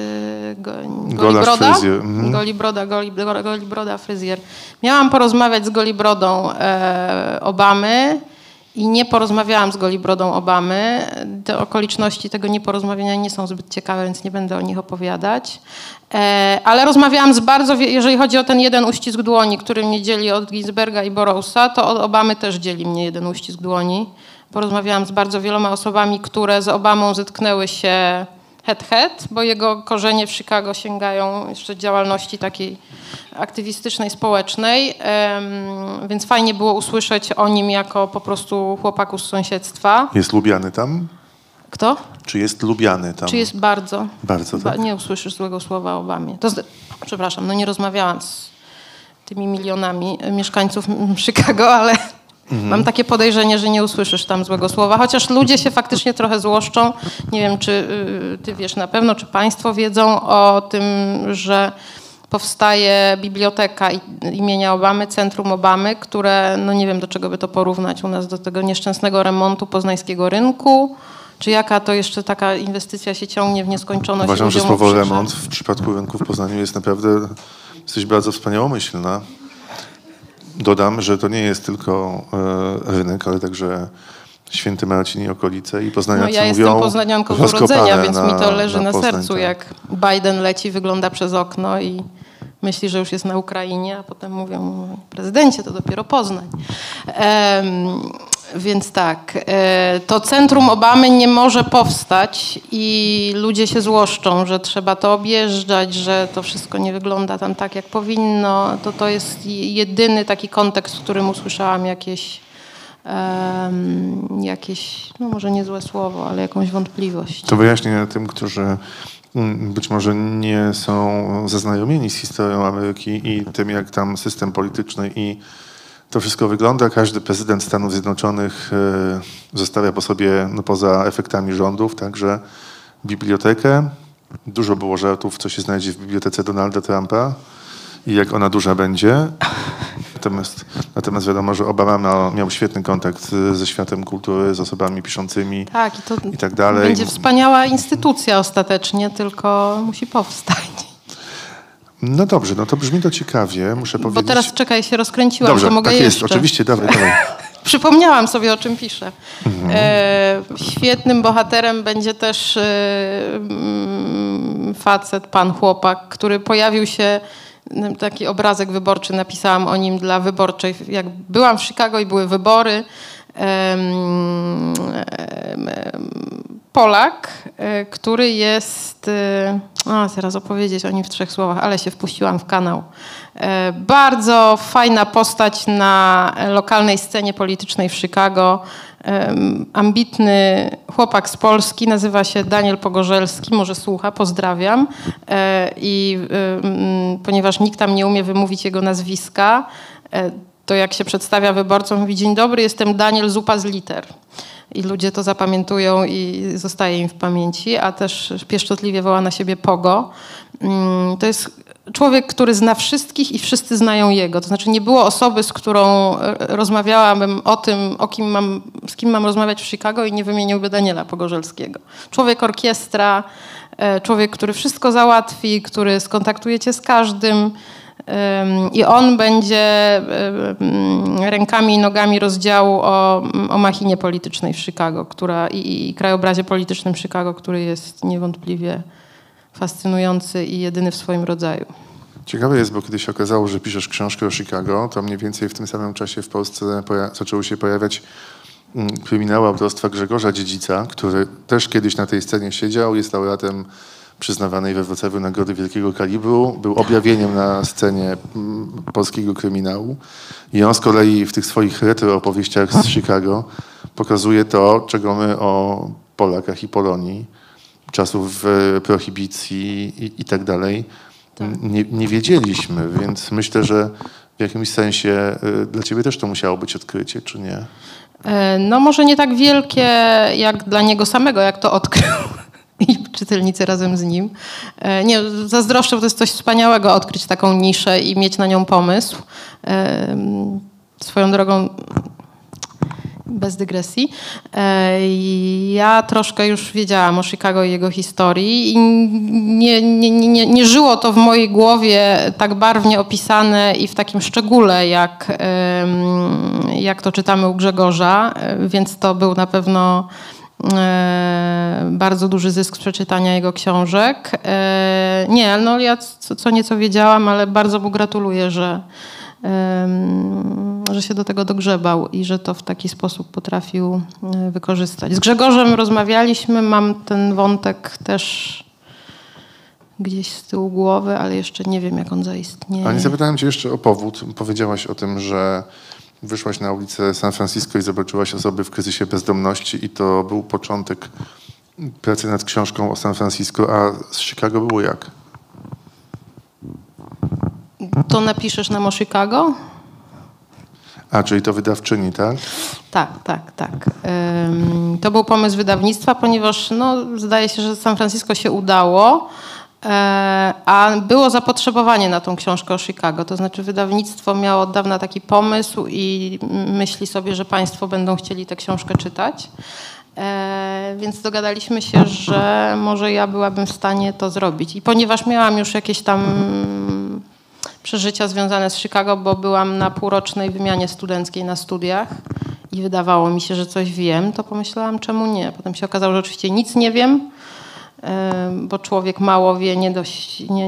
Golibroda fryzjer. Miałam porozmawiać z Golibrodą Obamy i nie porozmawiałam z Golibrodą Obamy. Te okoliczności tego nieporozumienia nie są zbyt ciekawe, więc nie będę o nich opowiadać. Ale rozmawiałam jeżeli chodzi o ten jeden uścisk dłoni, który mnie dzieli od Ginsberga i Burroughsa, to od Obamy też dzieli mnie jeden uścisk dłoni. Porozmawiałam z bardzo wieloma osobami, które z Obamą zetknęły się head, bo jego korzenie w Chicago sięgają jeszcze działalności takiej aktywistycznej, społecznej, więc fajnie było usłyszeć o nim jako po prostu chłopaku z sąsiedztwa. Jest lubiany tam? Kto? Czy jest lubiany tam? Czy jest bardzo? Bardzo, tak? Nie usłyszysz złego słowa o Obamie. Przepraszam, nie rozmawiałam z tymi milionami mieszkańców Chicago, ale... Mam takie podejrzenie, że nie usłyszysz tam złego słowa, chociaż ludzie się faktycznie trochę złoszczą. Nie wiem, czy ty wiesz na pewno, czy państwo wiedzą o tym, że powstaje biblioteka imienia Obamy, Centrum Obamy, które, nie wiem, do czego by to porównać u nas, do tego nieszczęsnego remontu poznańskiego rynku, czy jaka to jeszcze taka inwestycja się ciągnie w nieskończoność. Uważam, że słowo remont w przypadku rynku w Poznaniu jest naprawdę, jesteś bardzo wspaniałomyślna. Dodam, że to nie jest tylko rynek, ale także Święty Marcin i okolice i poznaniacy ja mówią jestem poznanianką z urodzenia, więc mi to leży na Poznań, sercu, tak. jak Biden leci, wygląda przez okno i myśli, że już jest na Ukrainie, a potem mówią, prezydencie, to dopiero Poznań. Więc tak, to centrum Obamy nie może powstać i ludzie się złoszczą, że trzeba to objeżdżać, że to wszystko nie wygląda tam tak, jak powinno. To jest jedyny taki kontekst, w którym usłyszałam jakieś, no może nie złe słowo, ale jakąś wątpliwość. To wyjaśnię tym, którzy być może nie są zaznajomieni z historią Ameryki i tym, jak tam system polityczny i to wszystko wygląda. Każdy prezydent Stanów Zjednoczonych zostawia po sobie, no poza efektami rządów, także bibliotekę. Dużo było żartów, co się znajdzie w bibliotece Donalda Trumpa i jak ona duża będzie. Natomiast wiadomo, że Obama miał świetny kontakt ze światem kultury, z osobami piszącymi i tak dalej. Będzie wspaniała instytucja ostatecznie, tylko musi powstać. No dobrze, no to brzmi to ciekawie, muszę powiedzieć. Bo teraz czekaj, się rozkręciłam, dobrze, że mogę tak jeszcze. Jest, oczywiście, dawaj. Przypomniałam sobie, o czym piszę. Świetnym bohaterem będzie też facet, pan chłopak, który pojawił się, taki obrazek wyborczy napisałam o nim dla Wyborczej. Jak byłam w Chicago i były wybory, Polak, który jest, zaraz opowiedzieć o nim w 3 słowach, ale się wpuściłam w kanał. Bardzo fajna postać na lokalnej scenie politycznej w Chicago. Ambitny chłopak z Polski, nazywa się Daniel Pogorzelski, może słucha, pozdrawiam. I ponieważ nikt tam nie umie wymówić jego nazwiska, to jak się przedstawia wyborcom, mówi: dzień dobry, jestem Daniel Zupa z liter. I ludzie to zapamiętują i zostaje im w pamięci, a też pieszczotliwie woła na siebie Pogo. To jest człowiek, który zna wszystkich i wszyscy znają jego. To znaczy nie było osoby, z którą rozmawiałabym o tym, z kim mam rozmawiać w Chicago i nie wymieniłby Daniela Pogorzelskiego. Człowiek orkiestra, człowiek, który wszystko załatwi, który skontaktuje cię z każdym. I on będzie rękami i nogami rozdziału o machinie politycznej w Chicago, i krajobrazie politycznym Chicago, który jest niewątpliwie fascynujący i jedyny w swoim rodzaju. Ciekawe jest, bo kiedy się okazało, że piszesz książkę o Chicago, to mniej więcej w tym samym czasie w Polsce zaczęły się pojawiać kryminały autorstwa Grzegorza Dziedzica, który też kiedyś na tej scenie siedział, jest laureatem przyznawanej we Wrocławiu Nagrody Wielkiego Kalibru, był objawieniem na scenie polskiego kryminału i on z kolei w tych swoich retro opowieściach z Chicago pokazuje to, czego my o Polakach i Polonii, czasów prohibicji i tak dalej nie wiedzieliśmy, więc myślę, że w jakimś sensie dla ciebie też to musiało być odkrycie, czy nie? No może nie tak wielkie jak dla niego samego, jak to odkrył. I czytelnicy razem z nim. Nie, zazdroszczę, bo to jest coś wspaniałego odkryć taką niszę i mieć na nią pomysł. Swoją drogą, bez dygresji. Ja troszkę już wiedziałam o Chicago i jego historii i nie żyło to w mojej głowie tak barwnie opisane i w takim szczególe, jak to czytamy u Grzegorza, więc to był na pewno bardzo duży zysk z przeczytania jego książek. Ja co nieco wiedziałam, ale bardzo mu gratuluję, że się do tego dogrzebał i że to w taki sposób potrafił wykorzystać. Z Grzegorzem rozmawialiśmy, mam ten wątek też gdzieś z tyłu głowy, ale jeszcze nie wiem, jak on zaistnieje. A nie zapytałem cię jeszcze o powód. Powiedziałaś o tym, że wyszłaś na ulicę San Francisco i zobaczyłaś osoby w kryzysie bezdomności i to był początek pracy nad książką o San Francisco, a z Chicago było jak? To napiszesz nam o Chicago? Czyli to wydawczyni, tak? Tak. To był pomysł wydawnictwa, ponieważ zdaje się, że San Francisco się udało, a było zapotrzebowanie na tą książkę o Chicago. To znaczy wydawnictwo miało od dawna taki pomysł i myśli sobie, że państwo będą chcieli tę książkę czytać. Więc dogadaliśmy się, że może ja byłabym w stanie to zrobić. I ponieważ miałam już jakieś tam przeżycia związane z Chicago, bo byłam na półrocznej wymianie studenckiej na studiach i wydawało mi się, że coś wiem, to pomyślałam, czemu nie. Potem się okazało, że oczywiście nic nie wiem, bo człowiek mało wie,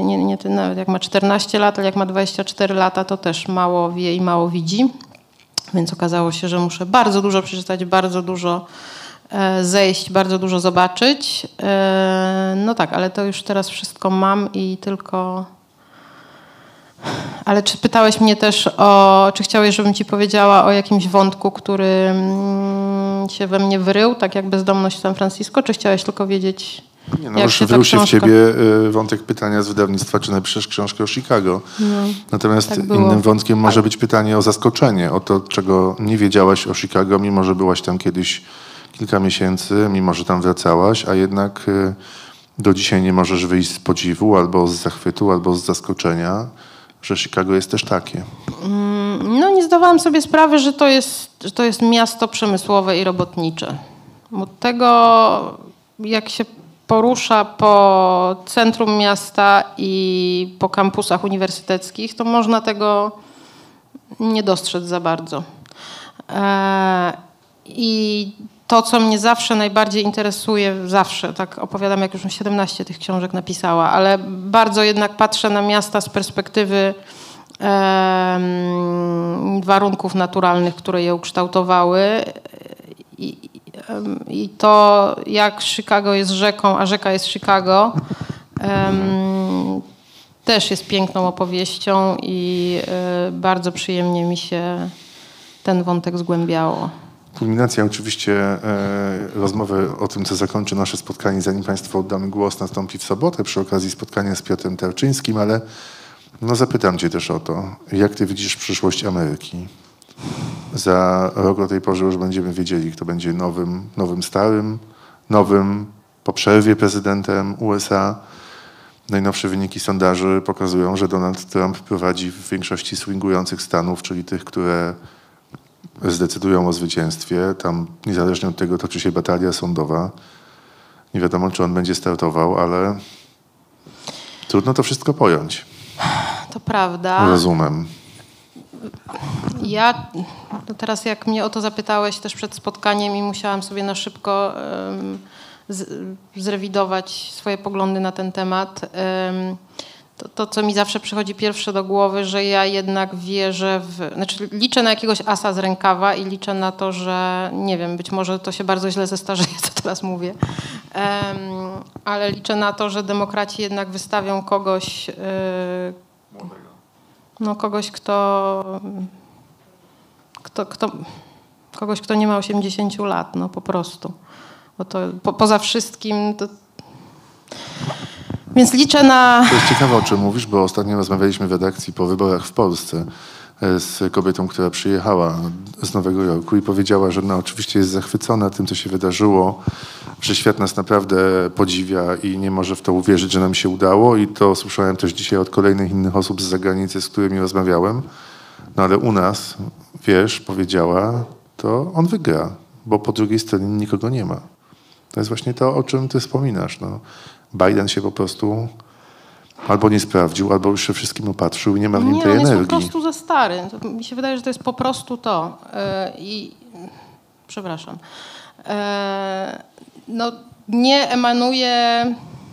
nawet jak ma 14 lat, ale jak ma 24 lata, to też mało wie i mało widzi. Więc okazało się, że muszę bardzo dużo przeczytać, bardzo dużo zejść, bardzo dużo zobaczyć. No tak, ale to już teraz wszystko mam i tylko... Ale czy pytałeś mnie też czy chciałeś, żebym ci powiedziała o jakimś wątku, który się we mnie wyrył, tak jak bezdomność w San Francisco, czy chciałeś tylko wiedzieć, Nie, no jak już się ta wyrył się w książka... ciebie wątek pytania z wydawnictwa, czy napiszesz książkę o Chicago. Natomiast tak było. innym wątkiem może być pytanie o zaskoczenie, o to, czego nie wiedziałaś o Chicago, mimo że byłaś tam kiedyś kilka miesięcy, mimo że tam wracałaś, a jednak do dzisiaj nie możesz wyjść z podziwu, albo z zachwytu, albo z zaskoczenia, że Chicago jest też takie. No nie zdawałam sobie sprawy, że to jest miasto przemysłowe i robotnicze. Bo tego, jak się porusza po centrum miasta i po kampusach uniwersyteckich, to można tego nie dostrzec za bardzo. I to, co mnie zawsze najbardziej interesuje, zawsze, tak opowiadam, jak już 17 tych książek napisała, ale bardzo jednak patrzę na miasta z perspektywy warunków naturalnych, które je ukształtowały i to, jak Chicago jest rzeką, a rzeka jest Chicago, też jest piękną opowieścią i bardzo przyjemnie mi się ten wątek zgłębiało. Kulminacja oczywiście rozmowy o tym, co zakończy nasze spotkanie, zanim Państwu oddamy głos, nastąpi w sobotę przy okazji spotkania z Piotrem Tarczyńskim, ale no zapytam Cię też o to, jak Ty widzisz przyszłość Ameryki? Za rok o tej porze już będziemy wiedzieli, kto będzie nowym starym, nowym po przerwie prezydentem USA. Najnowsze wyniki sondaży pokazują, że Donald Trump prowadzi w większości swingujących stanów, czyli tych, które zdecydują o zwycięstwie. Tam niezależnie od tego toczy się batalia sądowa. Nie wiadomo, czy on będzie startował, ale trudno to wszystko pojąć. To prawda. Rozumiem. Ja teraz, jak mnie o to zapytałeś też przed spotkaniem i musiałam sobie na szybko zrewidować swoje poglądy na ten temat, to, co mi zawsze przychodzi pierwsze do głowy, że ja jednak wierzę znaczy liczę na jakiegoś asa z rękawa i liczę na to, że nie wiem, być może to się bardzo źle zestarzeje, co teraz mówię, ale liczę na to, że demokraci jednak wystawią kogoś, kogoś, kto nie ma 80 lat, no po prostu. Bo to poza wszystkim to... Więc liczę na... To jest ciekawe, o czym mówisz, bo ostatnio rozmawialiśmy w redakcji po wyborach w Polsce z kobietą, która przyjechała z Nowego Jorku i powiedziała, że oczywiście jest zachwycona tym, co się wydarzyło, że świat nas naprawdę podziwia i nie może w to uwierzyć, że nam się udało, i to słyszałem też dzisiaj od kolejnych innych osób z zagranicy, z którymi rozmawiałem. No ale u nas, wiesz, powiedziała, to on wygra, bo po drugiej stronie nikogo nie ma. To jest właśnie to, o czym ty wspominasz. No. Biden się po prostu albo nie sprawdził, albo już się wszystkim opatrzył i nie ma w nim tej energii. Nie, on jest po prostu za stary. Mi się wydaje, że to jest po prostu to. Przepraszam. Nie emanuje...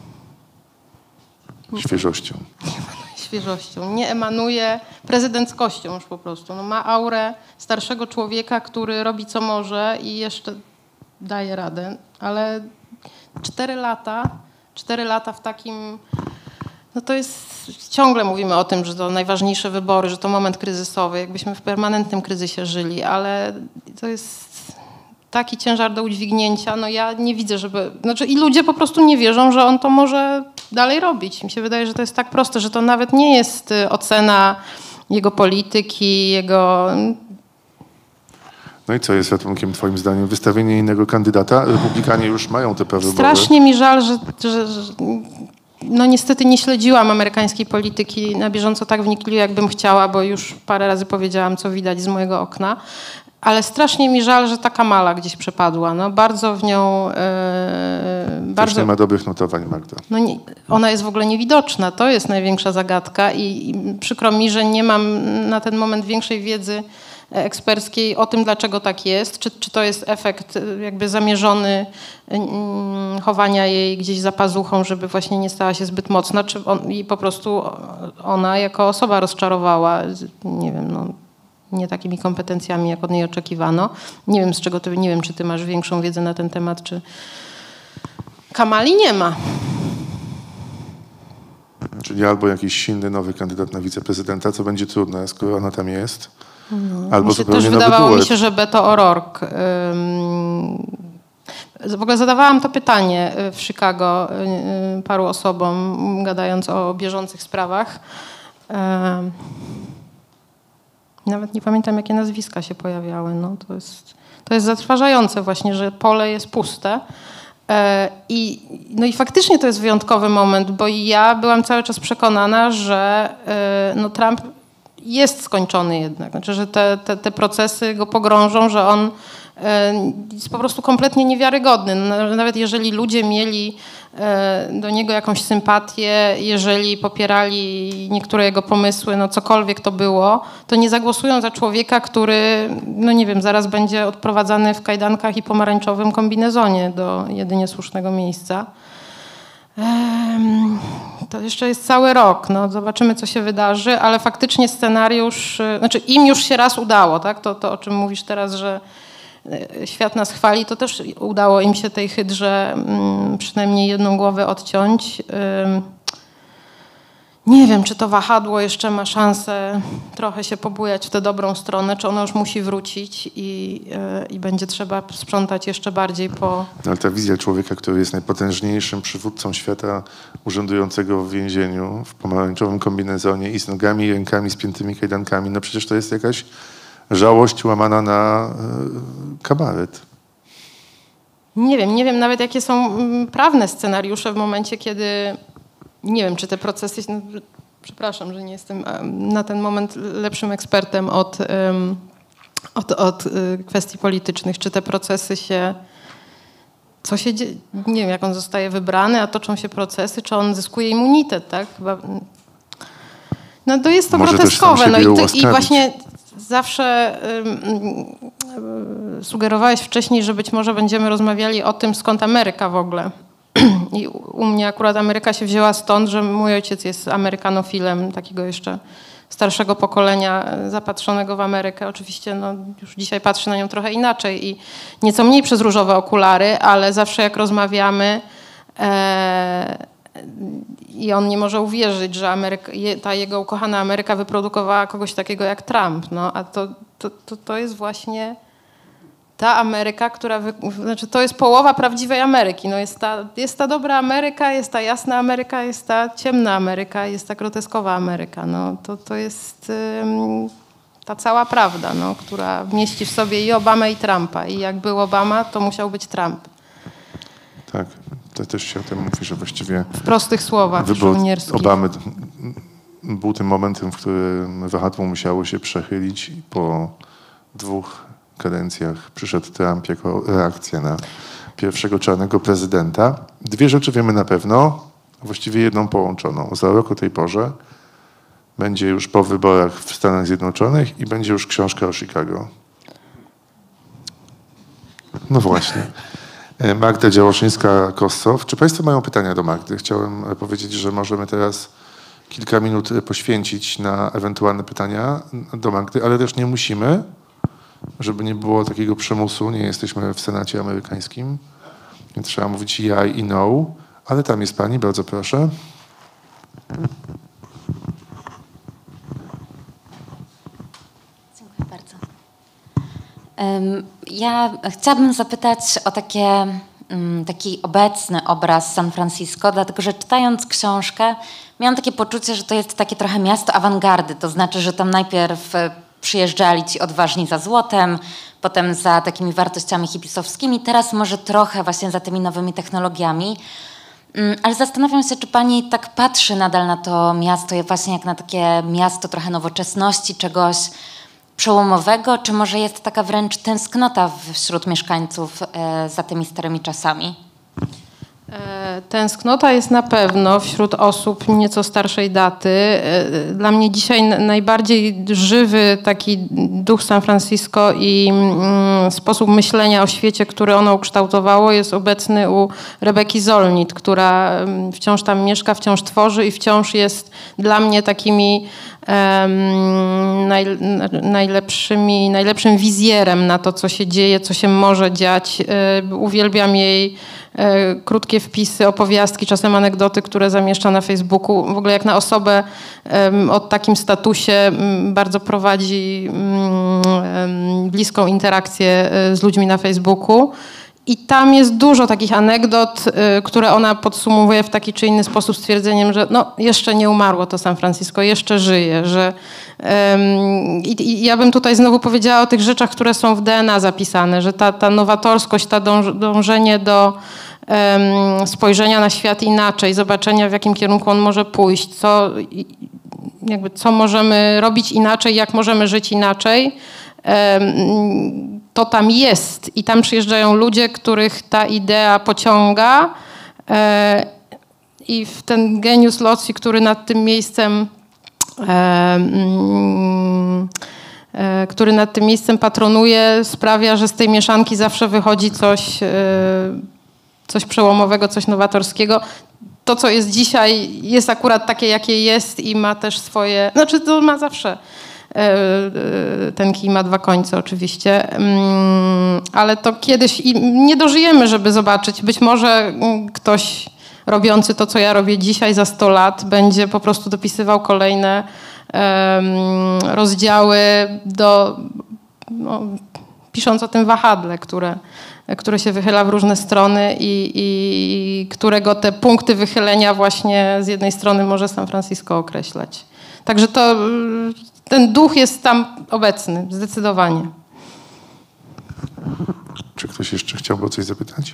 Świeżością. Świeżością. Nie emanuje prezydenckością już po prostu. No, ma aurę starszego człowieka, który robi co może i jeszcze daje radę, ale 4 lata w takim... No to jest... Ciągle mówimy o tym, że to najważniejsze wybory, że to moment kryzysowy, jakbyśmy w permanentnym kryzysie żyli, ale to jest taki ciężar do udźwignięcia. No ja nie widzę, żeby... Znaczy i ludzie po prostu nie wierzą, że on to może dalej robić. Mi się wydaje, że to jest tak proste, że to nawet nie jest ocena jego polityki, jego... No i co jest ratunkiem twoim zdaniem? Wystawienie innego kandydata? Republikanie już mają te prawybory. Strasznie mi żal, że no niestety nie śledziłam amerykańskiej polityki na bieżąco tak wnikliwie, jakbym chciała, bo już parę razy powiedziałam, co widać z mojego okna. Ale strasznie mi żal, że ta Kamala gdzieś przepadła. No, bardzo w nią... Też nie ma dobrych notowań, Magda. No nie, ona jest w ogóle niewidoczna. To jest największa zagadka i przykro mi, że nie mam na ten moment większej wiedzy eksperckiej o tym, dlaczego tak jest. Czy to jest efekt jakby zamierzony chowania jej gdzieś za pazuchą, żeby właśnie nie stała się zbyt mocna, czy i po prostu ona jako osoba rozczarowała. Nie wiem, no nie takimi kompetencjami, jak od niej oczekiwano. Nie wiem, z czego nie wiem, czy ty masz większą wiedzę na ten temat, czy Kamali nie ma. Czyli albo jakiś silny nowy kandydat na wiceprezydenta, co będzie trudne, skoro ona tam jest, albo zupełnie też nowy wydawało duet. mi się, że Beto O'Rourke. W ogóle zadawałam to pytanie w Chicago paru osobom, gadając o bieżących sprawach. Nawet nie pamiętam, jakie nazwiska się pojawiały. No, to jest zatrważające właśnie, że pole jest puste. I faktycznie to jest wyjątkowy moment, bo ja byłam cały czas przekonana, że Trump jest skończony jednak. Znaczy, że te procesy go pogrążą, że on jest po prostu kompletnie niewiarygodny. Nawet jeżeli ludzie mieli do niego jakąś sympatię, jeżeli popierali niektóre jego pomysły, cokolwiek to było, to nie zagłosują za człowieka, który, nie wiem, zaraz będzie odprowadzany w kajdankach i pomarańczowym kombinezonie do jedynie słusznego miejsca. To jeszcze jest cały rok, zobaczymy, co się wydarzy, ale faktycznie scenariusz, im już się raz udało, tak? To o czym mówisz teraz, że świat nas chwali, to też udało im się tej hydrze przynajmniej jedną głowę odciąć. Nie wiem, czy to wahadło jeszcze ma szansę trochę się pobujać w tę dobrą stronę, czy ono już musi wrócić i będzie trzeba sprzątać jeszcze bardziej po... Ale ta wizja człowieka, który jest najpotężniejszym przywódcą świata, urzędującego w więzieniu, w pomarańczowym kombinezonie i z nogami i rękami spiętymi kajdankami, przecież to jest jakaś żałość łamana na kabaret. Nie wiem nawet, jakie są prawne scenariusze w momencie, kiedy... Nie wiem, czy te procesy... Przepraszam, że nie jestem na ten moment lepszym ekspertem od kwestii politycznych. Czy te procesy się... Co się dzieje? Nie wiem, jak on zostaje wybrany, a toczą się procesy, czy on zyskuje immunitet, tak? Chyba... to jest to może groteskowe. I właśnie zawsze sugerowałeś wcześniej, że być może będziemy rozmawiali o tym, skąd Ameryka w ogóle. I u mnie akurat Ameryka się wzięła stąd, że mój ojciec jest amerykanofilem, takiego jeszcze starszego pokolenia zapatrzonego w Amerykę. Oczywiście już dzisiaj patrzy na nią trochę inaczej i nieco mniej przez różowe okulary, ale zawsze jak rozmawiamy i on nie może uwierzyć, że ta jego ukochana Ameryka wyprodukowała kogoś takiego jak Trump. A to jest właśnie... Ta Ameryka, to jest połowa prawdziwej Ameryki. Jest ta dobra Ameryka, jest ta jasna Ameryka, jest ta ciemna Ameryka, jest ta groteskowa Ameryka. To jest ta cała prawda, która mieści w sobie i Obamę, i Trumpa. I jak był Obama, to musiał być Trump. Tak, to też się o tym mówi, że właściwie... W prostych słowach wybór żołnierskich. Obamy był tym momentem, w którym wahadło musiało się przechylić i po 2 kadencjach przyszedł Trump jako reakcja na pierwszego czarnego prezydenta. 2 rzeczy wiemy na pewno, właściwie jedną połączoną. Za rok o tej porze będzie już po wyborach w Stanach Zjednoczonych i będzie już książka o Chicago. No właśnie. Magda Działoszyńska-Kossow. Czy Państwo mają pytania do Magdy? Chciałem powiedzieć, że możemy teraz kilka minut poświęcić na ewentualne pytania do Magdy, ale też nie musimy, żeby nie było takiego przymusu. Nie jesteśmy w Senacie amerykańskim, więc trzeba mówić ja i no, ale tam jest pani, bardzo proszę. Dziękuję bardzo. Ja chciałabym zapytać o taki obecny obraz San Francisco, dlatego że czytając książkę miałam takie poczucie, że to jest takie trochę miasto awangardy, to znaczy, że tam najpierw przyjeżdżali ci odważni za złotem, potem za takimi wartościami hipisowskimi, teraz może trochę właśnie za tymi nowymi technologiami. Ale zastanawiam się, czy pani tak patrzy nadal na to miasto, właśnie jak na takie miasto trochę nowoczesności, czegoś przełomowego, czy może jest taka wręcz tęsknota wśród mieszkańców za tymi starymi czasami? Tęsknota jest na pewno wśród osób nieco starszej daty. Dla mnie dzisiaj najbardziej żywy taki duch San Francisco i sposób myślenia o świecie, który ono ukształtowało, jest obecny u Rebeki Zolnit, która wciąż tam mieszka, wciąż tworzy i wciąż jest dla mnie takimi najlepszym wizjerem na to, co się dzieje, co się może dziać. Uwielbiam jej krótkie wpisy, opowiastki, czasem anegdoty, które zamieszcza na Facebooku. W ogóle jak na osobę o takim statusie bardzo prowadzi bliską interakcję z ludźmi na Facebooku. I tam jest dużo takich anegdot, które ona podsumowuje w taki czy inny sposób stwierdzeniem, że no, jeszcze nie umarło to San Francisco, jeszcze żyje. Że, i ja bym tutaj znowu powiedziała o tych rzeczach, które są w DNA zapisane, że ta nowatorskość, ta dążenie do spojrzenia na świat inaczej, zobaczenia w jakim kierunku on może pójść, co możemy robić inaczej, jak możemy żyć inaczej, to tam jest i tam przyjeżdżają ludzie, których ta idea pociąga i w ten genius loci, który nad tym miejscem patronuje, sprawia, że z tej mieszanki zawsze wychodzi coś przełomowego, coś nowatorskiego. To, co jest dzisiaj, jest akurat takie, jakie jest i ma też swoje... Znaczy, to ma zawsze... Ten kij ma dwa końce oczywiście, ale to kiedyś i nie dożyjemy, żeby zobaczyć. Być może ktoś robiący to, co ja robię dzisiaj za 100 lat będzie po prostu dopisywał kolejne rozdziały pisząc o tym wahadle, które się wychyla w różne strony i którego te punkty wychylenia właśnie z jednej strony może San Francisco określać. Także ten duch jest tam obecny, zdecydowanie. Czy ktoś jeszcze chciałby o coś zapytać?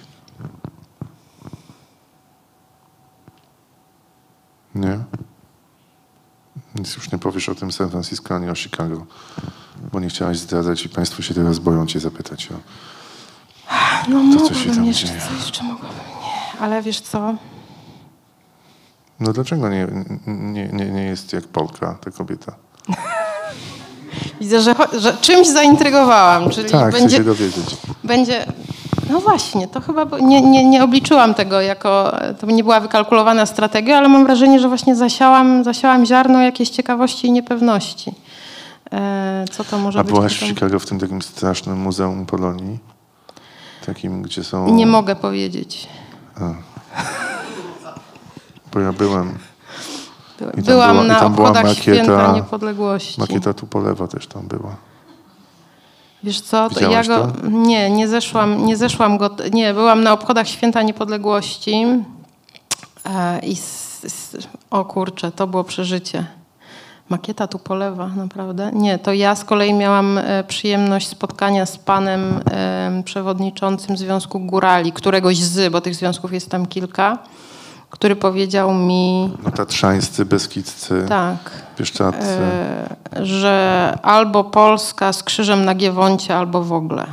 Nie? Nic już nie powiesz o tym San Francisco ani o Chicago, bo nie chciałaś zdradzać i państwo się teraz boją cię zapytać o to, co się tam dzieje. Co jeszcze mogłabym? Nie, ale wiesz co? No dlaczego nie jest jak Polka, ta kobieta? Widzę, że czymś zaintrygowałam, czyli tak, chcę się dowiedzieć. Będzie... No właśnie, to chyba nie obliczyłam tego to nie była wykalkulowana strategia, ale mam wrażenie, że właśnie zasiałam ziarno jakiejś ciekawości i niepewności. Co to może być? A byłaś w Chicago w tym takim strasznym Muzeum Polonii? Takim, gdzie są... Nie mogę powiedzieć. Bo ja byłem. Byłam na obchodach Święta Niepodległości. Makieta Tupolewa też tam była. Wiesz co, to Widziałaś to? Nie zeszłam go. Nie, byłam na obchodach Święta Niepodległości o kurczę, to było przeżycie. Makieta Tupolewa, naprawdę? Nie, to ja z kolei miałam przyjemność spotkania z panem przewodniczącym Związku Górali, któregoś bo tych związków jest tam kilka, który powiedział mi... No tatrzańscy, beskidzcy, tak, pieszczaccy. Że albo Polska z krzyżem na Giewoncie, albo w ogóle.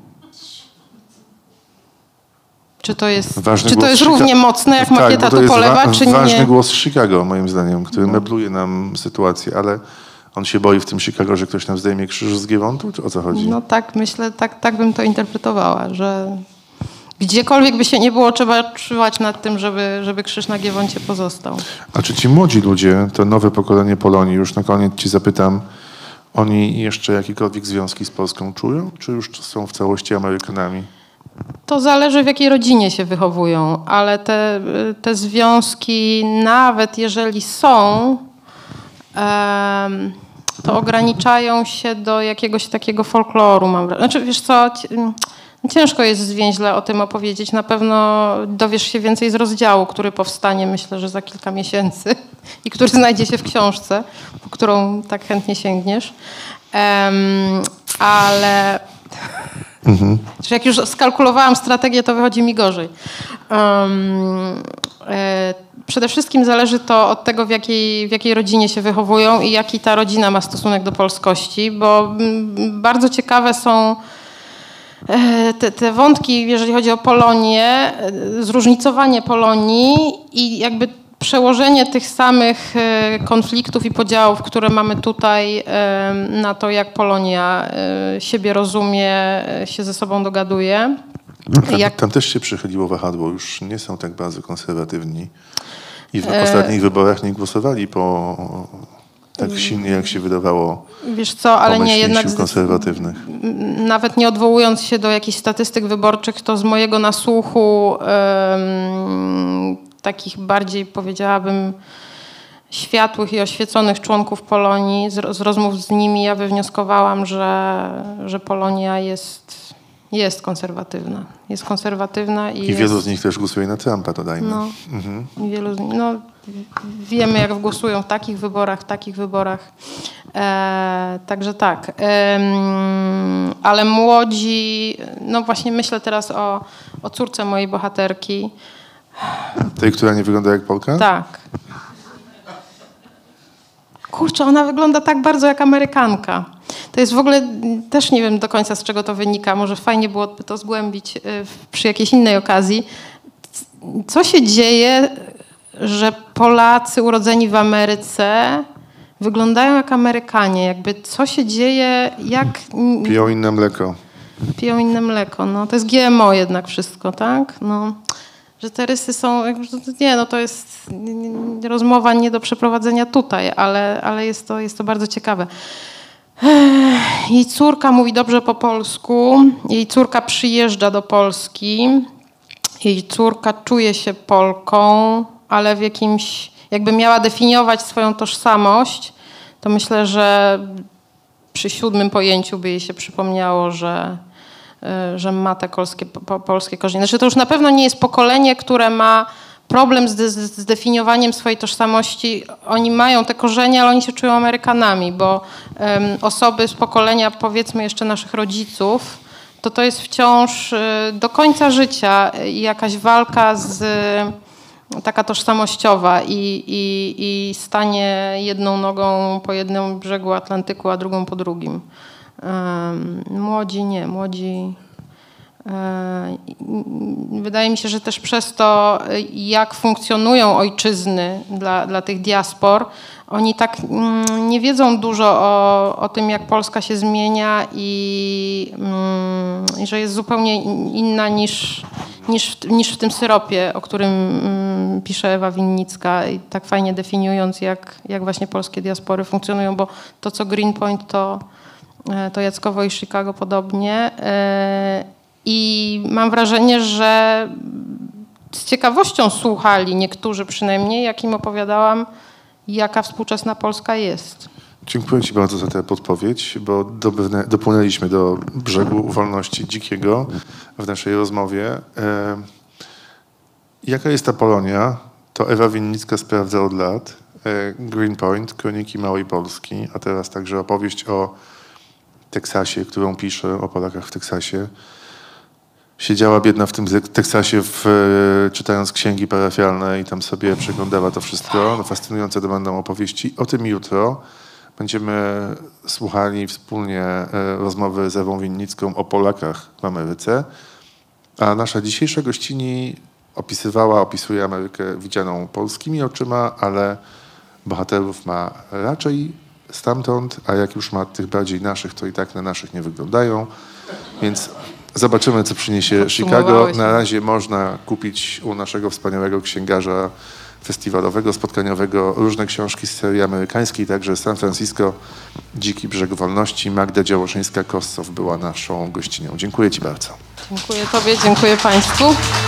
Czy to jest równie mocne jak Makieta Tupolewa, czy nie? To jest ważny głos Chicago, moim zdaniem, który mebluje nam sytuację, ale on się boi w tym Chicago, że ktoś nam zdejmie krzyż z Giewontu, czy o co chodzi? No tak, myślę, tak bym to interpretowała, że gdziekolwiek by się nie było, trzeba czuwać nad tym, żeby krzyż na Giewoncie pozostał. A czy ci młodzi ludzie, to nowe pokolenie Polonii, już na koniec ci zapytam, oni jeszcze jakiekolwiek związki z Polską czują, czy już są w całości Amerykanami? To zależy, w jakiej rodzinie się wychowują, ale te związki, nawet jeżeli są, to ograniczają się do jakiegoś takiego folkloru. Znaczy, wiesz co, ciężko jest zwięźle o tym opowiedzieć. Na pewno dowiesz się więcej z rozdziału, który powstanie, myślę, że za kilka miesięcy i który znajdzie się w książce, po którą tak chętnie sięgniesz. Ale... Jak już skalkulowałam strategię, to wychodzi mi gorzej. Przede wszystkim zależy to od tego, w jakiej rodzinie się wychowują i jaki ta rodzina ma stosunek do polskości, bo bardzo ciekawe są te wątki, jeżeli chodzi o Polonię, zróżnicowanie Polonii i jakby przełożenie tych samych konfliktów i podziałów, które mamy tutaj, na to, jak Polonia siebie rozumie, się ze sobą dogaduje. Tam też się przychyliło wahadło, już nie są tak bardzo konserwatywni i w ostatnich wyborach nie głosowali tak silnie, jak się wydawało. Wiesz co, ale nie, pomyślnie jednak sił konserwatywnych. nawet nie odwołując się do jakichś statystyk wyborczych, to z mojego nasłuchu takich bardziej, powiedziałabym, światłych i oświeconych członków Polonii, z rozmów z nimi ja wywnioskowałam, że Polonia jest konserwatywna. Jest konserwatywna I wielu z nich też głosuje na Trumpa, dodajmy. No, wielu z nich, no, wiemy, jak głosują w takich wyborach. Także tak. Ale młodzi, no właśnie myślę teraz o córce mojej bohaterki. Tej, która nie wygląda jak Polka? Tak. Kurczę, ona wygląda tak bardzo jak Amerykanka. To jest w ogóle, też nie wiem do końca z czego to wynika, może fajnie byłoby to zgłębić przy jakiejś innej okazji. Co się dzieje, że Polacy urodzeni w Ameryce wyglądają jak Amerykanie? Jakby co się dzieje, jak... Piją inne mleko. Piją inne mleko, no to jest GMO jednak wszystko, tak? No, że te rysy są, nie, no to jest rozmowa nie do przeprowadzenia tutaj, ale jest to bardzo ciekawe. Jej córka mówi dobrze po polsku, jej córka przyjeżdża do Polski, jej córka czuje się Polką, ale w jakimś, jakby miała definiować swoją tożsamość, to myślę, że przy 7. pojęciu by jej się przypomniało, że ma te polskie korzenie. Znaczy to już na pewno nie jest pokolenie, które ma problem z zdefiniowaniem swojej tożsamości. Oni mają te korzenie, ale oni się czują Amerykanami, bo osoby z pokolenia, powiedzmy jeszcze naszych rodziców, to jest wciąż do końca jakaś walka taka tożsamościowa i stanie jedną nogą po jednym brzegu Atlantyku, a drugą po drugim. Młodzi nie, wydaje mi się, że też przez to, jak funkcjonują ojczyzny dla tych diaspor, oni tak nie wiedzą dużo o tym, jak Polska się zmienia i że jest zupełnie inna niż w tym syropie, o którym pisze Ewa Winnicka, i tak fajnie definiując, jak właśnie polskie diaspory funkcjonują, bo to, co Greenpoint, to Jackowo i Chicago podobnie. I mam wrażenie, że z ciekawością słuchali niektórzy przynajmniej, jak im opowiadałam, jaka współczesna Polska jest. Dziękuję Ci bardzo za tę podpowiedź, bo dopłynęliśmy do brzegu wolności dzikiego w naszej rozmowie. Jaka jest ta Polonia? To Ewa Winnicka sprawdza od lat. Greenpoint, Kroniki Małej Polski, a teraz także opowieść o Teksasie, którą pisze, o Polakach w Teksasie. Siedziała biedna w tym Teksasie, czytając księgi parafialne i tam sobie przeglądała to wszystko. No, fascynujące to będą opowieści. O tym jutro będziemy słuchali wspólnie rozmowy z Ewą Winnicką o Polakach w Ameryce. A nasza dzisiejsza gościni opisuje Amerykę widzianą polskimi oczyma, ale bohaterów ma raczej stamtąd, a jak już ma tych bardziej naszych, to i tak na naszych nie wyglądają. Więc zobaczymy, co przyniesie Chicago. Na razie można kupić u naszego wspaniałego księgarza festiwalowego, spotkaniowego różne książki z serii amerykańskiej, także San Francisco, Dziki Brzeg Wolności. Magda Działoszyńska-Kossow była naszą gościnią. Dziękuję Ci bardzo. Dziękuję Tobie, dziękuję Państwu.